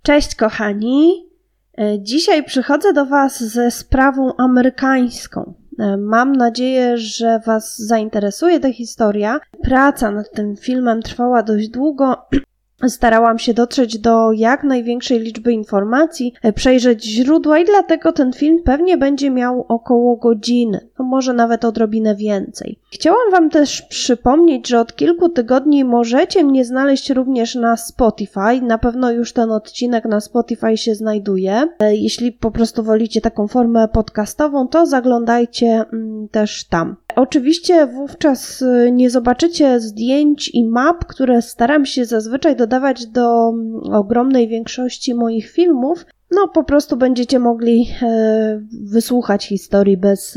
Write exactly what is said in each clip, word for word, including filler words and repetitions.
Cześć kochani, dzisiaj przychodzę do Was ze sprawą amerykańską. Mam nadzieję, że Was zainteresuje ta historia. Praca nad tym filmem trwała dość długo. Starałam się dotrzeć do jak największej liczby informacji, przejrzeć źródła i dlatego ten film pewnie będzie miał około godziny, no może nawet odrobinę więcej. Chciałam Wam też przypomnieć, że od kilku tygodni możecie mnie znaleźć również na Spotify. Na pewno już ten odcinek na Spotify się znajduje. Jeśli po prostu wolicie taką formę podcastową, to zaglądajcie też tam. Oczywiście wówczas nie zobaczycie zdjęć i map, które staram się zazwyczaj dodawać do ogromnej większości moich filmów. No po prostu będziecie mogli wysłuchać historii bez,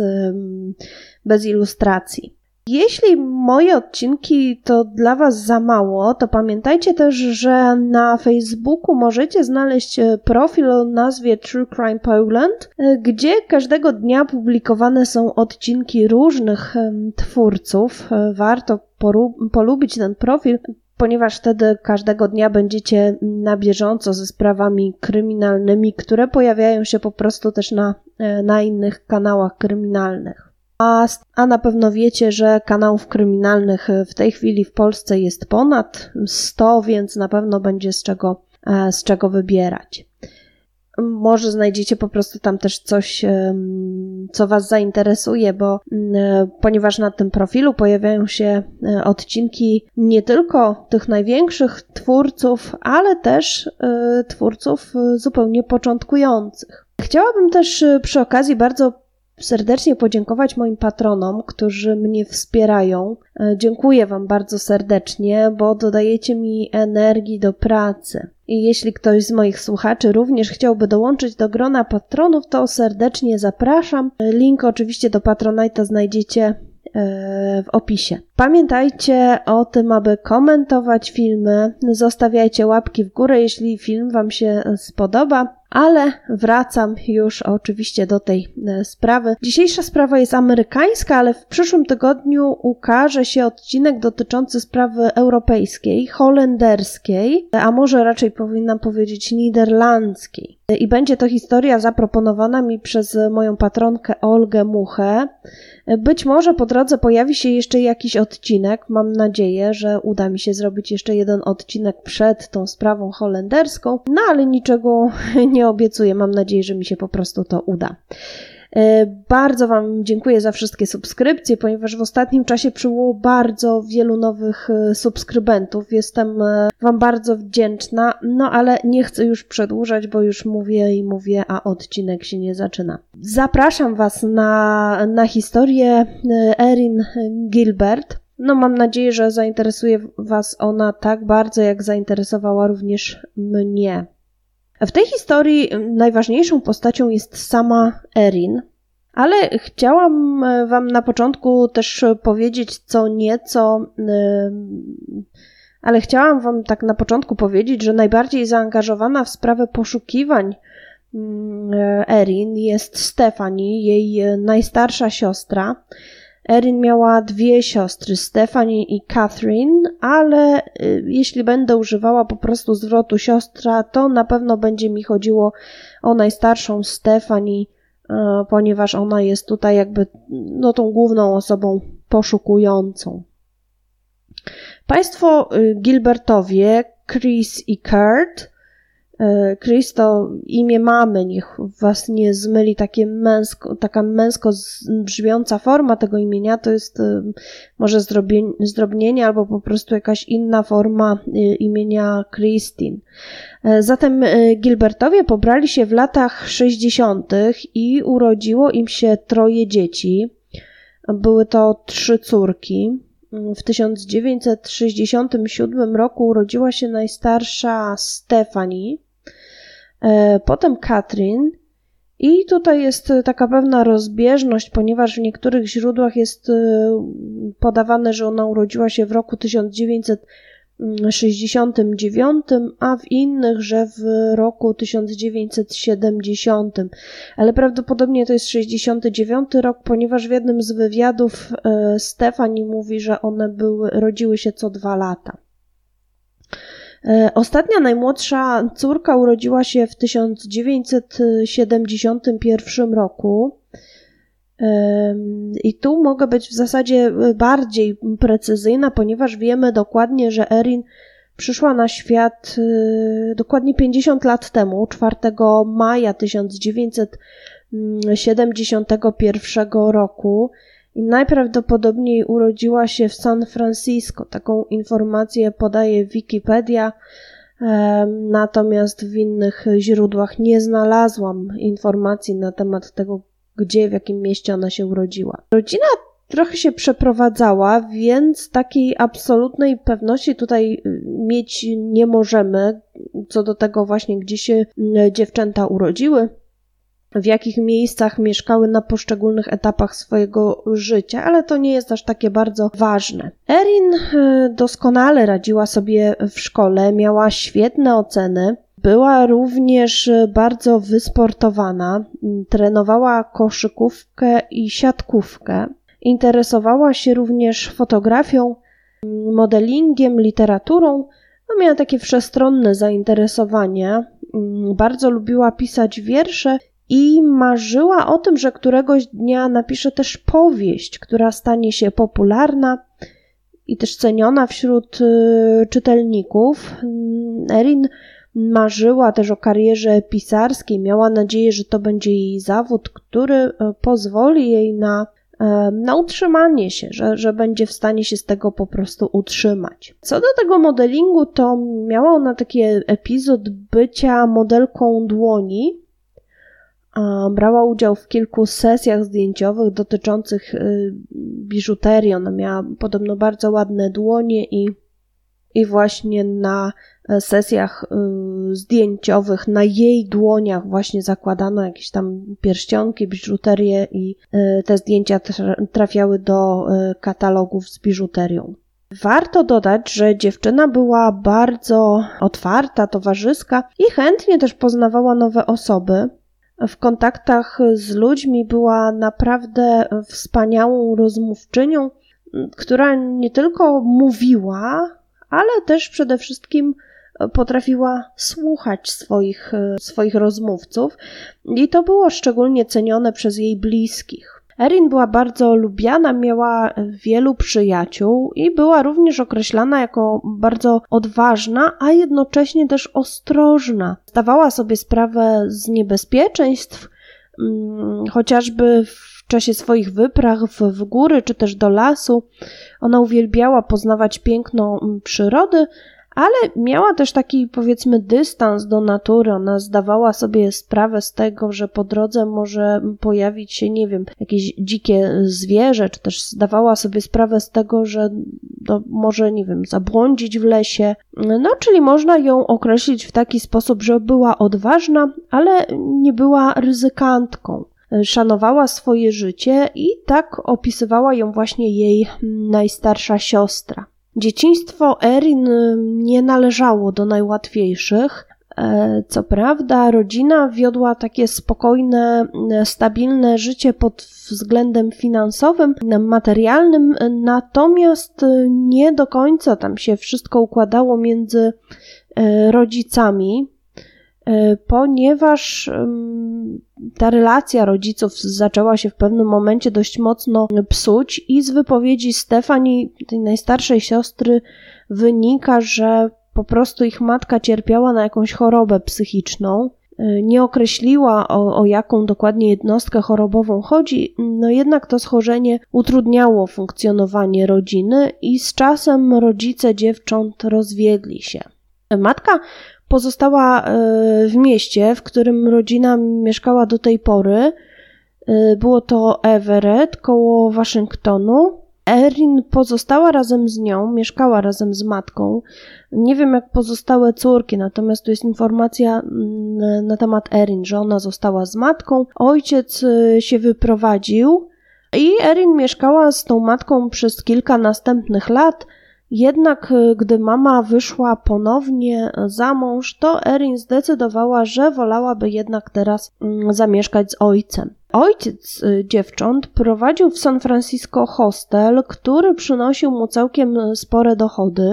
bez ilustracji. Jeśli moje odcinki to dla Was za mało, to pamiętajcie też, że na Facebooku możecie znaleźć profil o nazwie True Crime Poland, gdzie każdego dnia publikowane są odcinki różnych twórców. Warto poru- polubić ten profil, ponieważ wtedy każdego dnia będziecie na bieżąco ze sprawami kryminalnymi, które pojawiają się po prostu też na, na innych kanałach kryminalnych. A, a na pewno wiecie, że kanałów kryminalnych w tej chwili w Polsce jest ponad sto, więc na pewno będzie z czego, z czego wybierać. Może znajdziecie po prostu tam też coś, co Was zainteresuje, bo ponieważ na tym profilu pojawiają się odcinki nie tylko tych największych twórców, ale też twórców zupełnie początkujących. Chciałabym też przy okazji bardzo serdecznie podziękować moim patronom, którzy mnie wspierają. Dziękuję Wam bardzo serdecznie, bo dodajecie mi energii do pracy. I jeśli ktoś z moich słuchaczy również chciałby dołączyć do grona patronów, to serdecznie zapraszam. Link oczywiście do Patronite'a znajdziecie w opisie. Pamiętajcie o tym, aby komentować filmy, zostawiajcie łapki w górę, jeśli film Wam się spodoba, ale wracam już oczywiście do tej sprawy. Dzisiejsza sprawa jest amerykańska, ale w przyszłym tygodniu ukaże się odcinek dotyczący sprawy europejskiej, holenderskiej, a może raczej powinnam powiedzieć niderlandzkiej. I będzie to historia zaproponowana mi przez moją patronkę Olgę Muchę. Być może po drodze pojawi się jeszcze jakiś odcinek. Mam nadzieję, że uda mi się zrobić jeszcze jeden odcinek przed tą sprawą holenderską, no ale niczego nie obiecuję. Mam nadzieję, że mi się po prostu to uda. Bardzo Wam dziękuję za wszystkie subskrypcje, ponieważ w ostatnim czasie przybyło bardzo wielu nowych subskrybentów. Jestem Wam bardzo wdzięczna, no ale nie chcę już przedłużać, bo już mówię i mówię, a odcinek się nie zaczyna. Zapraszam Was na, na historię Erin Gilbert. No mam nadzieję, że zainteresuje Was ona tak bardzo, jak zainteresowała również mnie. W tej historii najważniejszą postacią jest sama Erin, ale chciałam Wam na początku też powiedzieć co nieco, ale chciałam Wam tak na początku powiedzieć, że najbardziej zaangażowana w sprawę poszukiwań Erin jest Stephanie, jej najstarsza siostra. Erin miała dwie siostry, Stephanie i Catherine, ale jeśli będę używała po prostu zwrotu siostra, to na pewno będzie mi chodziło o najstarszą Stephanie, ponieważ ona jest tutaj jakby no, tą główną osobą poszukującą. Państwo Gilbertowie, Chris i Kurt. Chris to imię mamy, niech Was nie zmyli, takie męsko, taka męsko brzmiąca forma tego imienia, to jest może zdrobnienie albo po prostu jakaś inna forma imienia Christine. Zatem Gilbertowie pobrali się w latach sześćdziesiątych i urodziło im się troje dzieci. Były to trzy córki. W tysiąc dziewięćset sześćdziesiątym siódmym roku urodziła się najstarsza Stephanie, potem Catherine i tutaj jest taka pewna rozbieżność, ponieważ w niektórych źródłach jest podawane, że ona urodziła się w roku tysiąc dziewięćset sześćdziesiątym dziewiątym, a w innych, że w roku tysiąc dziewięćset siedemdziesiątym. Ale prawdopodobnie to jest sześćdziesiąty dziewiąty rok, ponieważ w jednym z wywiadów Stephanie mówi, że one były, rodziły się co dwa lata. Ostatnia, najmłodsza córka urodziła się w tysiąc dziewięćset siedemdziesiątym pierwszym roku. I tu mogę być w zasadzie bardziej precyzyjna, ponieważ wiemy dokładnie, że Erin przyszła na świat dokładnie pięćdziesiąt lat temu, czwartego maja tysiąc dziewięćset siedemdziesiątego pierwszego roku. I najprawdopodobniej urodziła się w San Francisco. Taką informację podaje Wikipedia, natomiast w innych źródłach nie znalazłam informacji na temat tego, gdzie, w jakim mieście ona się urodziła. Rodzina trochę się przeprowadzała, więc takiej absolutnej pewności tutaj mieć nie możemy, co do tego właśnie, gdzie się dziewczęta urodziły, w jakich miejscach mieszkały na poszczególnych etapach swojego życia, ale to nie jest aż takie bardzo ważne. Erin doskonale radziła sobie w szkole, miała świetne oceny, była również bardzo wysportowana, trenowała koszykówkę i siatkówkę, interesowała się również fotografią, modelingiem, literaturą, no miała takie wszechstronne zainteresowania, bardzo lubiła pisać wiersze i marzyła o tym, że któregoś dnia napisze też powieść, która stanie się popularna i też ceniona wśród czytelników. Erin marzyła też o karierze pisarskiej, miała nadzieję, że to będzie jej zawód, który pozwoli jej na, na utrzymanie się, że, że będzie w stanie się z tego po prostu utrzymać. Co do tego modelingu, to miała ona taki epizod bycia modelką dłoni. Brała udział w kilku sesjach zdjęciowych dotyczących biżuterii. Ona miała podobno bardzo ładne dłonie i, i właśnie na sesjach zdjęciowych na jej dłoniach właśnie zakładano jakieś tam pierścionki, biżuterię i te zdjęcia trafiały do katalogów z biżuterią. Warto dodać, że dziewczyna była bardzo otwarta, towarzyska i chętnie też poznawała nowe osoby. W kontaktach z ludźmi była naprawdę wspaniałą rozmówczynią, która nie tylko mówiła, ale też przede wszystkim potrafiła słuchać swoich, swoich rozmówców i to było szczególnie cenione przez jej bliskich. Erin była bardzo lubiana, miała wielu przyjaciół i była również określana jako bardzo odważna, a jednocześnie też ostrożna. Zdawała sobie sprawę z niebezpieczeństw, chociażby w czasie swoich wypraw w góry czy też do lasu. Ona uwielbiała poznawać piękno przyrody, ale miała też taki, powiedzmy, dystans do natury. Ona zdawała sobie sprawę z tego, że po drodze może pojawić się, nie wiem, jakieś dzikie zwierzę, czy też zdawała sobie sprawę z tego, że to może, nie wiem, zabłądzić w lesie. No, czyli można ją określić w taki sposób, że była odważna, ale nie była ryzykantką. Szanowała swoje życie i tak opisywała ją właśnie jej najstarsza siostra. Dzieciństwo Erin nie należało do najłatwiejszych. Co prawda, rodzina wiodła takie spokojne, stabilne życie pod względem finansowym, materialnym, natomiast nie do końca tam się wszystko układało między rodzicami, ponieważ ta relacja rodziców zaczęła się w pewnym momencie dość mocno psuć i z wypowiedzi Stefani, tej najstarszej siostry, wynika, że po prostu ich matka cierpiała na jakąś chorobę psychiczną. Nie określiła, o, o jaką dokładnie jednostkę chorobową chodzi, no jednak to schorzenie utrudniało funkcjonowanie rodziny i z czasem rodzice dziewcząt rozwiedli się. Matka pozostała w mieście, w którym rodzina mieszkała do tej pory. Było to Everett, koło Waszyngtonu. Erin pozostała razem z nią, mieszkała razem z matką. Nie wiem jak pozostałe córki, natomiast tu jest informacja na temat Erin, że ona została z matką. Ojciec się wyprowadził i Erin mieszkała z tą matką przez kilka następnych lat. Jednak gdy mama wyszła ponownie za mąż, to Erin zdecydowała, że wolałaby jednak teraz zamieszkać z ojcem. Ojciec dziewcząt prowadził w San Francisco hostel, który przynosił mu całkiem spore dochody.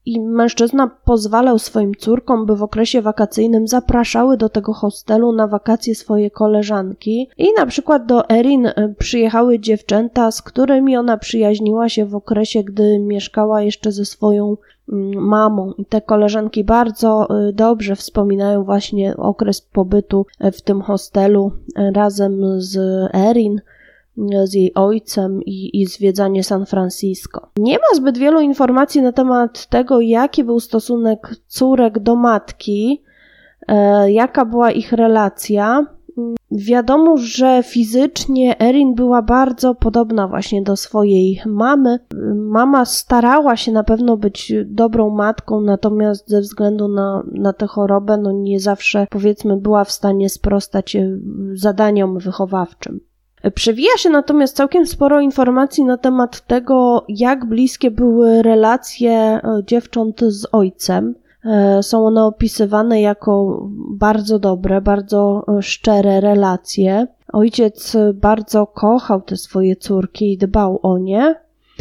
i mężczyzna pozwalał swoim córkom, by w okresie wakacyjnym zapraszały do tego hostelu na wakacje swoje koleżanki i na przykład do Erin przyjechały dziewczęta, z którymi ona przyjaźniła się w okresie, gdy mieszkała jeszcze ze swoją mamą. I te koleżanki bardzo dobrze wspominają właśnie okres pobytu w tym hostelu razem z Erin, z jej ojcem i, i zwiedzanie San Francisco. Nie ma zbyt wielu informacji na temat tego, jaki był stosunek córek do matki, e, jaka była ich relacja. Wiadomo, że fizycznie Erin była bardzo podobna właśnie do swojej mamy. Mama starała się na pewno być dobrą matką, natomiast ze względu na, na tę chorobę no nie zawsze, powiedzmy, była w stanie sprostać zadaniom wychowawczym. Przewija się natomiast całkiem sporo informacji na temat tego, jak bliskie były relacje dziewcząt z ojcem. Są one opisywane jako bardzo dobre, bardzo szczere relacje. Ojciec bardzo kochał te swoje córki i dbał o nie.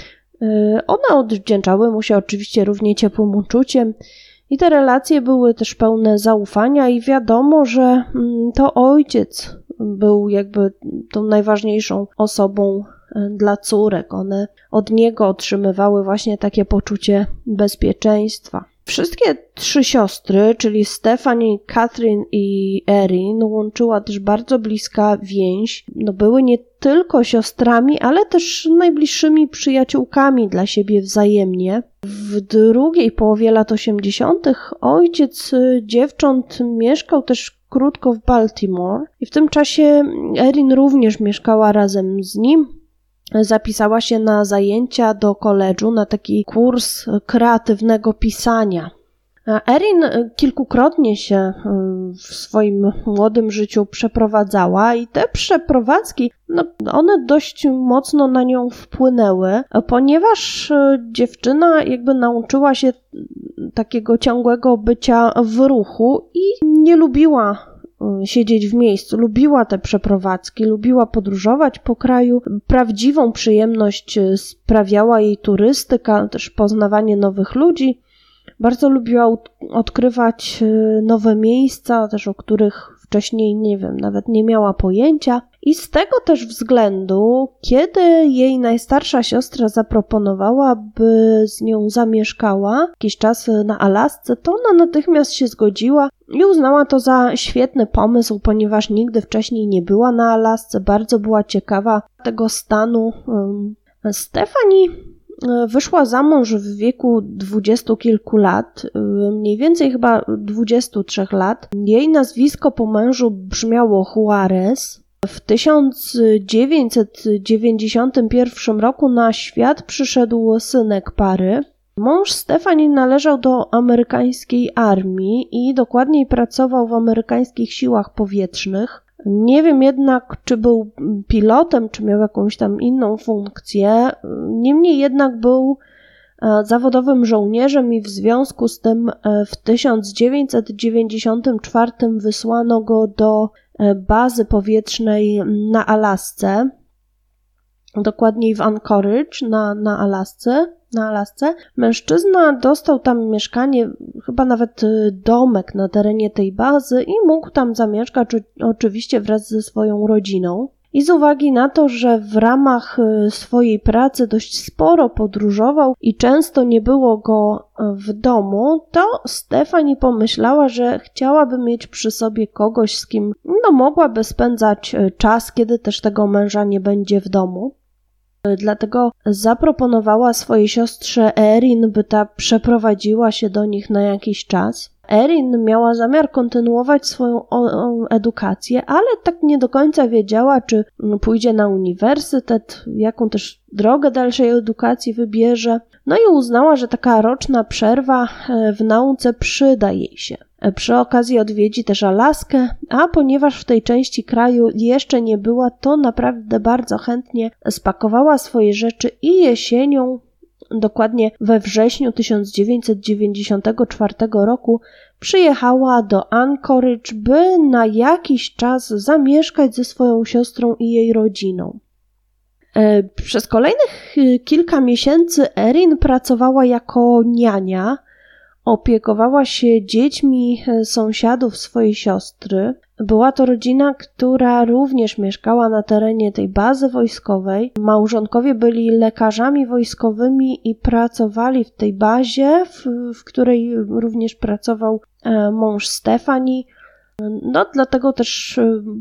One odwdzięczały mu się oczywiście równie ciepłym uczuciem i te relacje były też pełne zaufania i wiadomo, że to ojciec był jakby tą najważniejszą osobą dla córek. One od niego otrzymywały właśnie takie poczucie bezpieczeństwa. Wszystkie trzy siostry, czyli Stephanie, Catherine i Erin, łączyła też bardzo bliska więź. No, były nie tylko siostrami, ale też najbliższymi przyjaciółkami dla siebie wzajemnie. W drugiej połowie lat osiemdziesiątych ojciec dziewcząt mieszkał też krótko w Baltimore i w tym czasie Erin również mieszkała razem z nim. Zapisała się na zajęcia do koledżu, na taki kurs kreatywnego pisania. Erin kilkukrotnie się w swoim młodym życiu przeprowadzała i te przeprowadzki, no, one dość mocno na nią wpłynęły, ponieważ dziewczyna jakby nauczyła się takiego ciągłego bycia w ruchu i nie lubiła siedzieć w miejscu. Lubiła te przeprowadzki, lubiła podróżować po kraju. Prawdziwą przyjemność sprawiała jej turystyka, też poznawanie nowych ludzi. Bardzo lubiła odkrywać nowe miejsca, też o których wcześniej, nie wiem, nawet nie miała pojęcia. I z tego też względu, kiedy jej najstarsza siostra zaproponowała, by z nią zamieszkała jakiś czas na Alasce, to ona natychmiast się zgodziła i uznała to za świetny pomysł, ponieważ nigdy wcześniej nie była na Alasce, bardzo była ciekawa tego stanu. Stephanie wyszła za mąż w wieku dwudziestu kilku lat, mniej więcej chyba dwudziestu trzech lat. Jej nazwisko po mężu brzmiało Juarez. W tysiąc dziewięćset dziewięćdziesiątym pierwszym roku na świat przyszedł synek pary. Mąż Stephanie należał do amerykańskiej armii i dokładniej pracował w amerykańskich siłach powietrznych. Nie wiem jednak, czy był pilotem, czy miał jakąś tam inną funkcję. Niemniej jednak był zawodowym żołnierzem i w związku z tym w tysiąc dziewięćset dziewięćdziesiątym czwartym wysłano go do bazy powietrznej na Alasce, dokładniej w Anchorage na, na Alasce. Na Alasce. Mężczyzna dostał tam mieszkanie, chyba nawet domek na terenie tej bazy i mógł tam zamieszkać oczywiście wraz ze swoją rodziną. I z uwagi na to, że w ramach swojej pracy dość sporo podróżował i często nie było go w domu, to Stephanie pomyślała, że chciałaby mieć przy sobie kogoś, z kim no, mogłaby spędzać czas, kiedy też tego męża nie będzie w domu. Dlatego zaproponowała swojej siostrze Erin, by ta przeprowadziła się do nich na jakiś czas. Erin miała zamiar kontynuować swoją edukację, ale tak nie do końca wiedziała, czy pójdzie na uniwersytet, jaką też drogę dalszej edukacji wybierze. No i uznała, że taka roczna przerwa w nauce przyda jej się. Przy okazji odwiedzi też Alaskę, a ponieważ w tej części kraju jeszcze nie była, to naprawdę bardzo chętnie spakowała swoje rzeczy i jesienią, dokładnie we wrześniu tysiąc dziewięćset dziewięćdziesiątego czwartego roku przyjechała do Anchorage, by na jakiś czas zamieszkać ze swoją siostrą i jej rodziną. Przez kolejnych kilka miesięcy Erin pracowała jako niania. opiekowała się dziećmi sąsiadów swojej siostry. Była to rodzina, która również mieszkała na terenie tej bazy wojskowej. Małżonkowie byli lekarzami wojskowymi i pracowali w tej bazie, w, w której również pracował mąż Stefani. No, dlatego też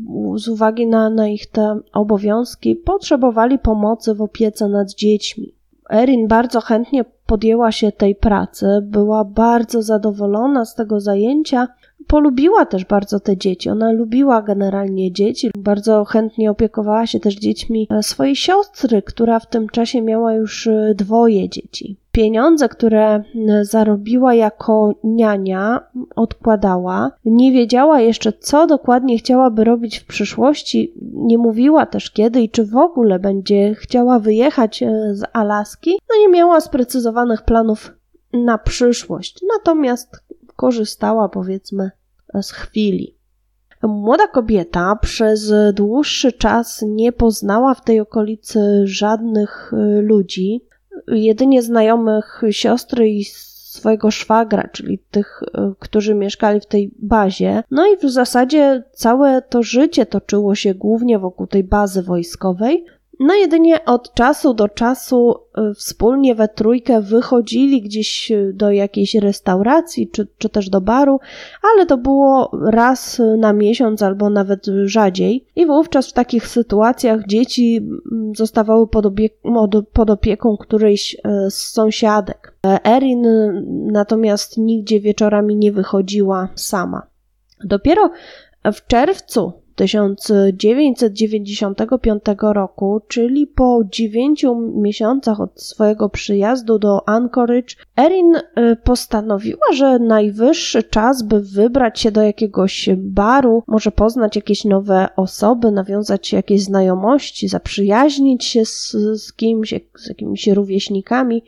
z uwagi na, na ich te obowiązki potrzebowali pomocy w opiece nad dziećmi. Erin bardzo chętnie podjęła się tej pracy, była bardzo zadowolona z tego zajęcia, polubiła też bardzo te dzieci, ona lubiła generalnie dzieci, bardzo chętnie opiekowała się też dziećmi swojej siostry, która w tym czasie miała już dwoje dzieci. Pieniądze, które zarobiła jako niania, odkładała. Nie wiedziała jeszcze, co dokładnie chciałaby robić w przyszłości. Nie mówiła też kiedy i czy w ogóle będzie chciała wyjechać z Alaski. No nie miała sprecyzowanych planów na przyszłość. Natomiast korzystała, powiedzmy, z chwili. Młoda kobieta przez dłuższy czas nie poznała w tej okolicy żadnych ludzi. Jedynie znajomych siostry i swojego szwagra, czyli tych, którzy mieszkali w tej bazie. No i w zasadzie całe to życie toczyło się głównie wokół tej bazy wojskowej. No jedynie od czasu do czasu wspólnie we trójkę wychodzili gdzieś do jakiejś restauracji czy, czy też do baru, ale to było raz na miesiąc albo nawet rzadziej. I wówczas w takich sytuacjach dzieci zostawały pod, obiek- pod opieką którejś z sąsiadek. Erin natomiast nigdzie wieczorami nie wychodziła sama. Dopiero w czerwcu tysiąc dziewięćset dziewięćdziesiątego piątego roku, czyli po dziewięciu miesiącach od swojego przyjazdu do Anchorage, Erin postanowiła, że najwyższy czas, by wybrać się do jakiegoś baru, może poznać jakieś nowe osoby, nawiązać jakieś znajomości, zaprzyjaźnić się z, z kimś, z jakimiś rówieśnikami.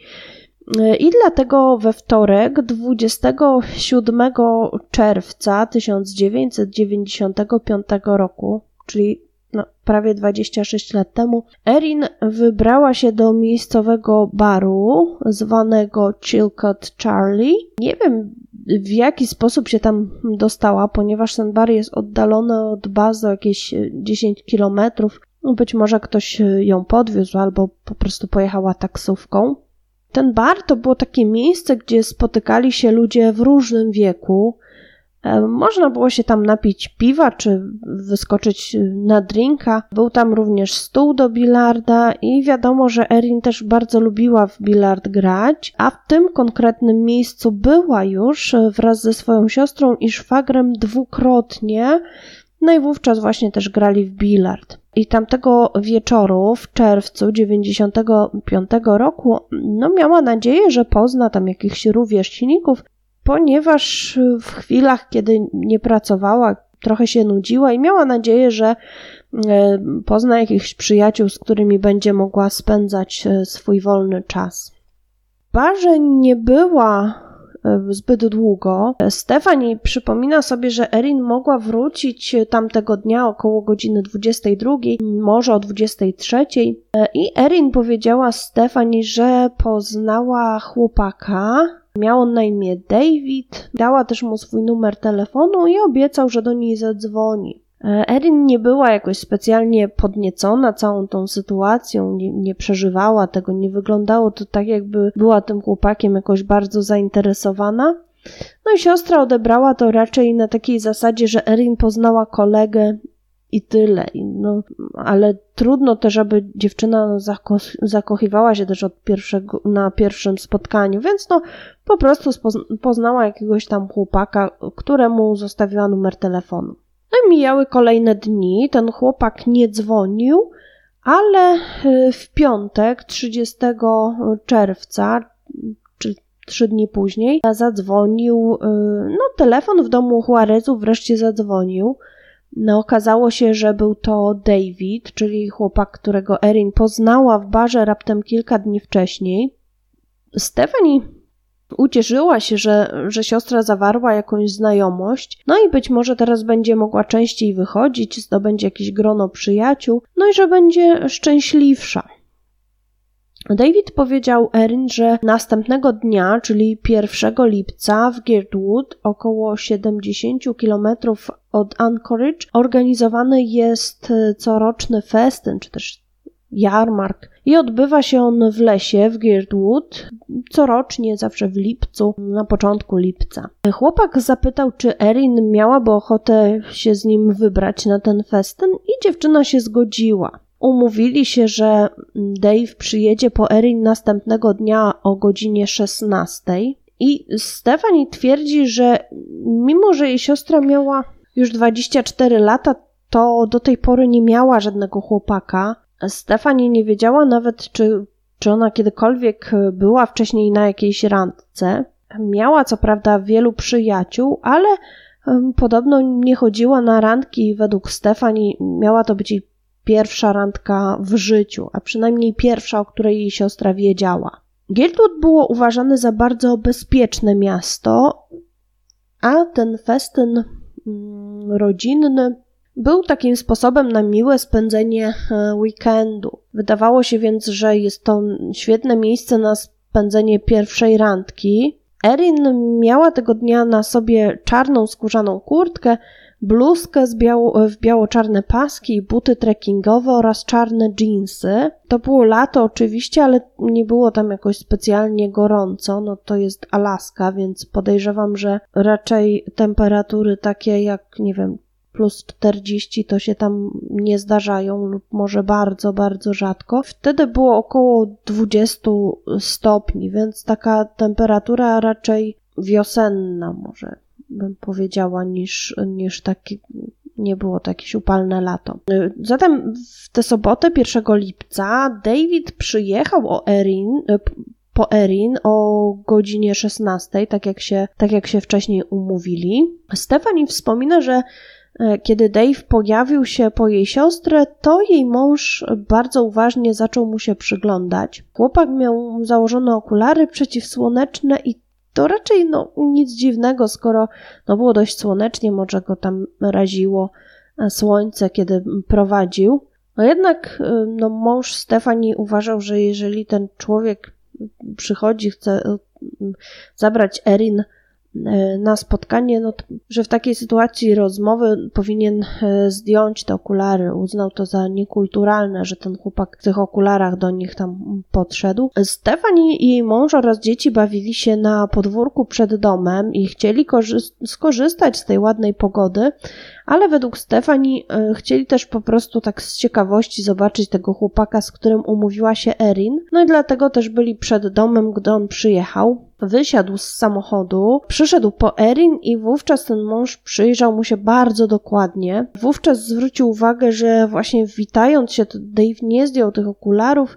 I dlatego we wtorek, dwudziestego siódmego czerwca tysiąc dziewięćset dziewięćdziesiątego piątego roku, czyli no, prawie dwadzieścia sześć lat temu, Erin wybrała się do miejscowego baru zwanego Chilcot Charlie. Nie wiem, w jaki sposób się tam dostała, ponieważ ten bar jest oddalony od bazy o jakieś dziesięć kilometrów. Być może ktoś ją podwiózł albo po prostu pojechała taksówką. Ten bar to było takie miejsce, gdzie spotykali się ludzie w różnym wieku. Można było się tam napić piwa, czy wyskoczyć na drinka. Był tam również stół do bilarda i wiadomo, że Erin też bardzo lubiła w bilard grać, a w tym konkretnym miejscu była już wraz ze swoją siostrą i szwagrem dwukrotnie. No i wówczas właśnie też grali w bilard. I tamtego wieczoru w czerwcu dziewięćdziesiątego piątego roku no miała nadzieję, że pozna tam jakichś rówieśników, ponieważ w chwilach, kiedy nie pracowała, trochę się nudziła i miała nadzieję, że pozna jakichś przyjaciół, z którymi będzie mogła spędzać swój wolny czas. W barze nie była zbyt długo. Stefani przypomina sobie, że Erin mogła wrócić tamtego dnia około godziny dwudziestej drugiej, może o dwudziestej trzeciej. I Erin powiedziała Stefani, że poznała chłopaka. Miał on na imię David. Dała też mu swój numer telefonu i obiecał, że do niej zadzwoni. Erin nie była jakoś specjalnie podniecona całą tą sytuacją, nie, nie przeżywała tego, nie wyglądało to tak, jakby była tym chłopakiem jakoś bardzo zainteresowana. No i siostra odebrała to raczej na takiej zasadzie, że Erin poznała kolegę i tyle. No, ale trudno też, aby dziewczyna zako- zakochiwała się też od pierwszego, na pierwszym spotkaniu, więc no po prostu spoz- poznała jakiegoś tam chłopaka, któremu zostawiła numer telefonu. No i mijały kolejne dni, ten chłopak nie dzwonił, ale w piątek, trzydziestego czerwca, czy trzy dni później, zadzwonił, no telefon w domu Juarezów wreszcie zadzwonił. No okazało się, że był to David, czyli chłopak, którego Erin poznała w barze raptem kilka dni wcześniej. Stephanie ucieszyła się, że, że siostra zawarła jakąś znajomość, no i być może teraz będzie mogła częściej wychodzić, zdobędzie jakieś grono przyjaciół, no i że będzie szczęśliwsza. David powiedział Erin, że następnego dnia, czyli pierwszego lipca w Girdwood, około siedemdziesiąt kilometrów od Anchorage, organizowany jest coroczny festyn, czy też jarmark. I odbywa się on w lesie w Girdwood, corocznie, zawsze w lipcu, na początku lipca. Chłopak zapytał, czy Erin miałaby ochotę się z nim wybrać na ten festyn i dziewczyna się zgodziła. Umówili się, że Dave przyjedzie po Erin następnego dnia o godzinie szesnastej i Stephanie twierdzi, że mimo, że jej siostra miała już dwadzieścia cztery lata, to do tej pory nie miała żadnego chłopaka. Stephanie nie wiedziała nawet, czy, czy ona kiedykolwiek była wcześniej na jakiejś randce. Miała co prawda wielu przyjaciół, ale um, podobno nie chodziła na randki i według Stephanie miała to być jej pierwsza randka w życiu, a przynajmniej pierwsza, o której jej siostra wiedziała. Girdwood było uważane za bardzo bezpieczne miasto, a ten festyn mm, rodzinny był takim sposobem na miłe spędzenie weekendu. Wydawało się więc, że jest to świetne miejsce na spędzenie pierwszej randki. Erin miała tego dnia na sobie czarną skórzaną kurtkę, bluzkę z biało, w biało-czarne paski, buty trekkingowe oraz czarne dżinsy. To było lato oczywiście, ale nie było tam jakoś specjalnie gorąco. No to jest Alaska, więc podejrzewam, że raczej temperatury takie jak, nie wiem, plus czterdzieści to się tam nie zdarzają lub może bardzo, bardzo rzadko. Wtedy było około dwadzieścia stopni, więc taka temperatura raczej wiosenna może bym powiedziała, niż, niż taki, nie było to jakieś upalne lato. Zatem w tę sobotę pierwszego lipca David przyjechał o Erin, po Erin o godzinie szesnastej, tak jak się, tak jak się wcześniej umówili. Stephanie wspomina, że kiedy Dave pojawił się po jej siostrę, to jej mąż bardzo uważnie zaczął mu się przyglądać. Chłopak miał założone okulary przeciwsłoneczne i to raczej no, nic dziwnego, skoro no, było dość słonecznie, może go tam raziło słońce, kiedy prowadził. No jednak no, mąż Stephanie uważał, że jeżeli ten człowiek przychodzi, chce zabrać Erin na spotkanie, no to, że w takiej sytuacji rozmowy powinien zdjąć te okulary. Uznał to za niekulturalne, że ten chłopak w tych okularach do nich tam podszedł. Stephanie i jej mąż oraz dzieci bawili się na podwórku przed domem i chcieli korzy- skorzystać z tej ładnej pogody, ale według Stephanie chcieli też po prostu tak z ciekawości zobaczyć tego chłopaka, z którym umówiła się Erin. No i dlatego też byli przed domem, gdy on przyjechał. Wysiadł z samochodu, przyszedł po Erin i wówczas ten mąż przyjrzał mu się bardzo dokładnie. Wówczas zwrócił uwagę, że właśnie witając się, to Dave nie zdjął tych okularów.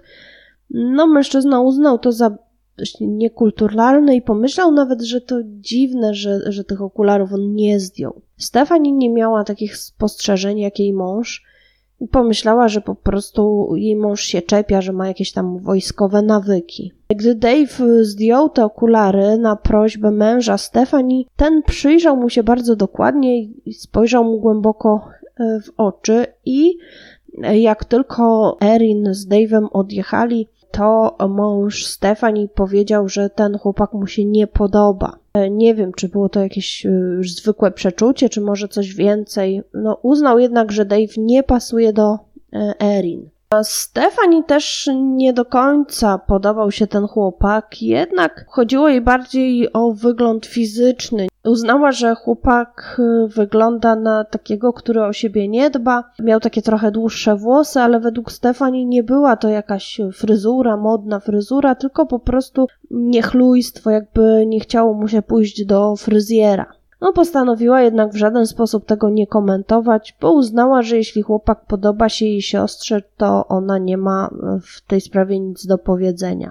No mężczyzna uznał to za niekulturalne i pomyślał nawet, że to dziwne, że, że tych okularów on nie zdjął. Stephanie nie miała takich spostrzeżeń jak jej mąż i pomyślała, że po prostu jej mąż się czepia, że ma jakieś tam wojskowe nawyki. Gdy Dave zdjął te okulary na prośbę męża Stephanie, ten przyjrzał mu się bardzo dokładnie i spojrzał mu głęboko w oczy i jak tylko Erin z Dave'em odjechali, to mąż Stephanie powiedział, że ten chłopak mu się nie podoba. Nie wiem, czy było to jakieś już zwykłe przeczucie, czy może coś więcej. No, uznał jednak, że Dave nie pasuje do Erin. Stephanie też nie do końca podobał się ten chłopak, jednak chodziło jej bardziej o wygląd fizyczny. Uznała, że chłopak wygląda na takiego, który o siebie nie dba. Miał takie trochę dłuższe włosy, ale według Stephanie nie była to jakaś fryzura, modna fryzura, tylko po prostu niechlujstwo, jakby nie chciało mu się pójść do fryzjera. No postanowiła jednak w żaden sposób tego nie komentować, bo uznała, że jeśli chłopak podoba się jej siostrze, to ona nie ma w tej sprawie nic do powiedzenia.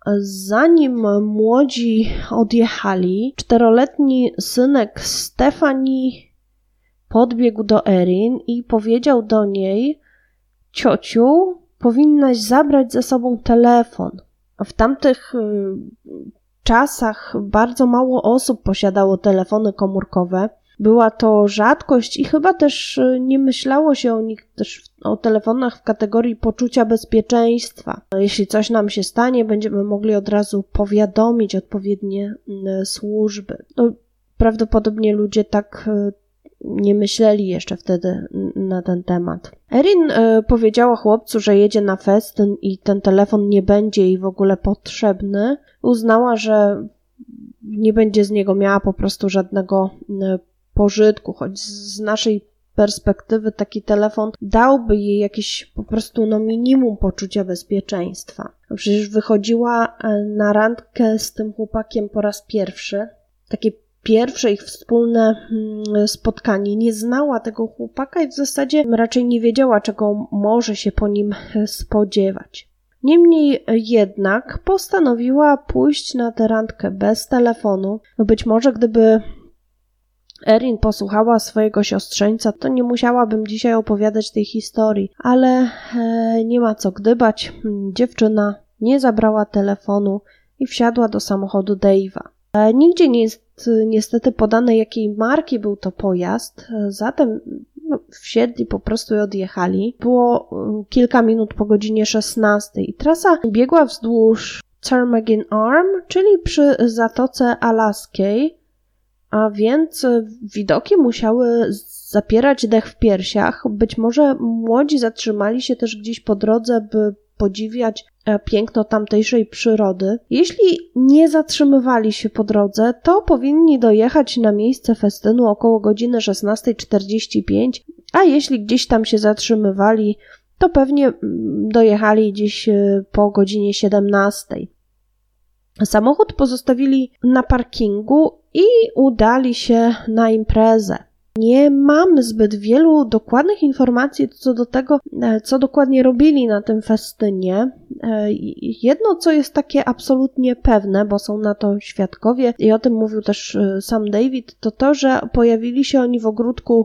Zanim młodzi odjechali, czteroletni synek Stephanie podbiegł do Erin i powiedział do niej: ciociu, powinnaś zabrać ze sobą telefon. W tamtych czasach bardzo mało osób posiadało telefony komórkowe. była to rzadkość i chyba też nie myślało się o nich też o telefonach w kategorii poczucia bezpieczeństwa. Jeśli coś nam się stanie, będziemy mogli od razu powiadomić odpowiednie służby. No, prawdopodobnie ludzie tak nie myśleli jeszcze wtedy na ten temat. Erin y, powiedziała chłopcu, że jedzie na festyn i ten telefon nie będzie jej w ogóle potrzebny. Uznała, że nie będzie z niego miała po prostu żadnego y, pożytku, choć z naszej perspektywy taki telefon dałby jej jakieś po prostu no minimum poczucia bezpieczeństwa. No przecież wychodziła na randkę z tym chłopakiem po raz pierwszy. Takie pierwsze ich wspólne spotkanie. Nie znała tego chłopaka i w zasadzie raczej nie wiedziała, czego może się po nim spodziewać. Niemniej jednak postanowiła pójść na tę randkę bez telefonu. No być może gdyby Erin posłuchała swojego siostrzeńca, to nie musiałabym dzisiaj opowiadać tej historii, ale e, nie ma co gdybać. Dziewczyna nie zabrała telefonu i wsiadła do samochodu Dave'a. E, nigdzie nie jest niestety podane, jakiej marki był to pojazd, e, zatem no, wsiedli po prostu i odjechali. Było e, kilka minut po godzinie szesnastej i trasa biegła wzdłuż Ptarmigan Arm, czyli przy Zatoce Alaskiej, a więc widoki musiały zapierać dech w piersiach. Być może młodzi zatrzymali się też gdzieś po drodze, by podziwiać piękno tamtejszej przyrody. Jeśli nie zatrzymywali się po drodze, to powinni dojechać na miejsce festynu około godziny szesnastej czterdzieści pięć, a jeśli gdzieś tam się zatrzymywali, to pewnie dojechali gdzieś po godzinie siedemnastej. Samochód pozostawili na parkingu i udali się na imprezę. Nie mamy zbyt wielu dokładnych informacji co do tego, co dokładnie robili na tym festynie. Jedno, co jest takie absolutnie pewne, bo są na to świadkowie i o tym mówił też sam David, to to, że pojawili się oni w ogródku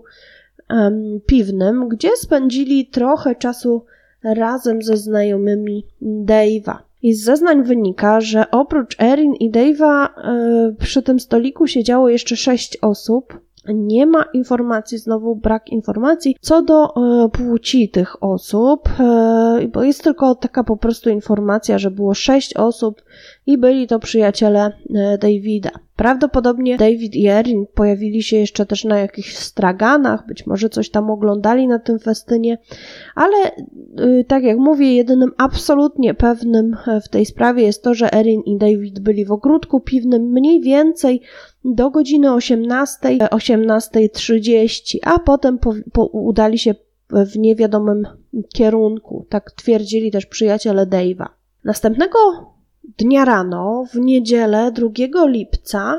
um, piwnym, gdzie spędzili trochę czasu razem ze znajomymi Dave'a. I z zeznań wynika, że oprócz Erin i Dave'a y, przy tym stoliku siedziało jeszcze sześć osób. Nie ma informacji, znowu brak informacji co do y, płci tych osób, y, bo jest tylko taka po prostu informacja, że było sześć osób i byli to przyjaciele y, Davida. Prawdopodobnie David i Erin pojawili się jeszcze też na jakichś straganach, być może coś tam oglądali na tym festynie, ale y, tak jak mówię, jedynym absolutnie pewnym w tej sprawie jest to, że Erin i David byli w ogródku piwnym mniej więcej do godziny osiemnastej, osiemnastej trzydzieści, a potem po, po, udali się w niewiadomym kierunku. Tak twierdzili też przyjaciele Dave'a. Następnego dnia rano, w niedzielę drugiego lipca,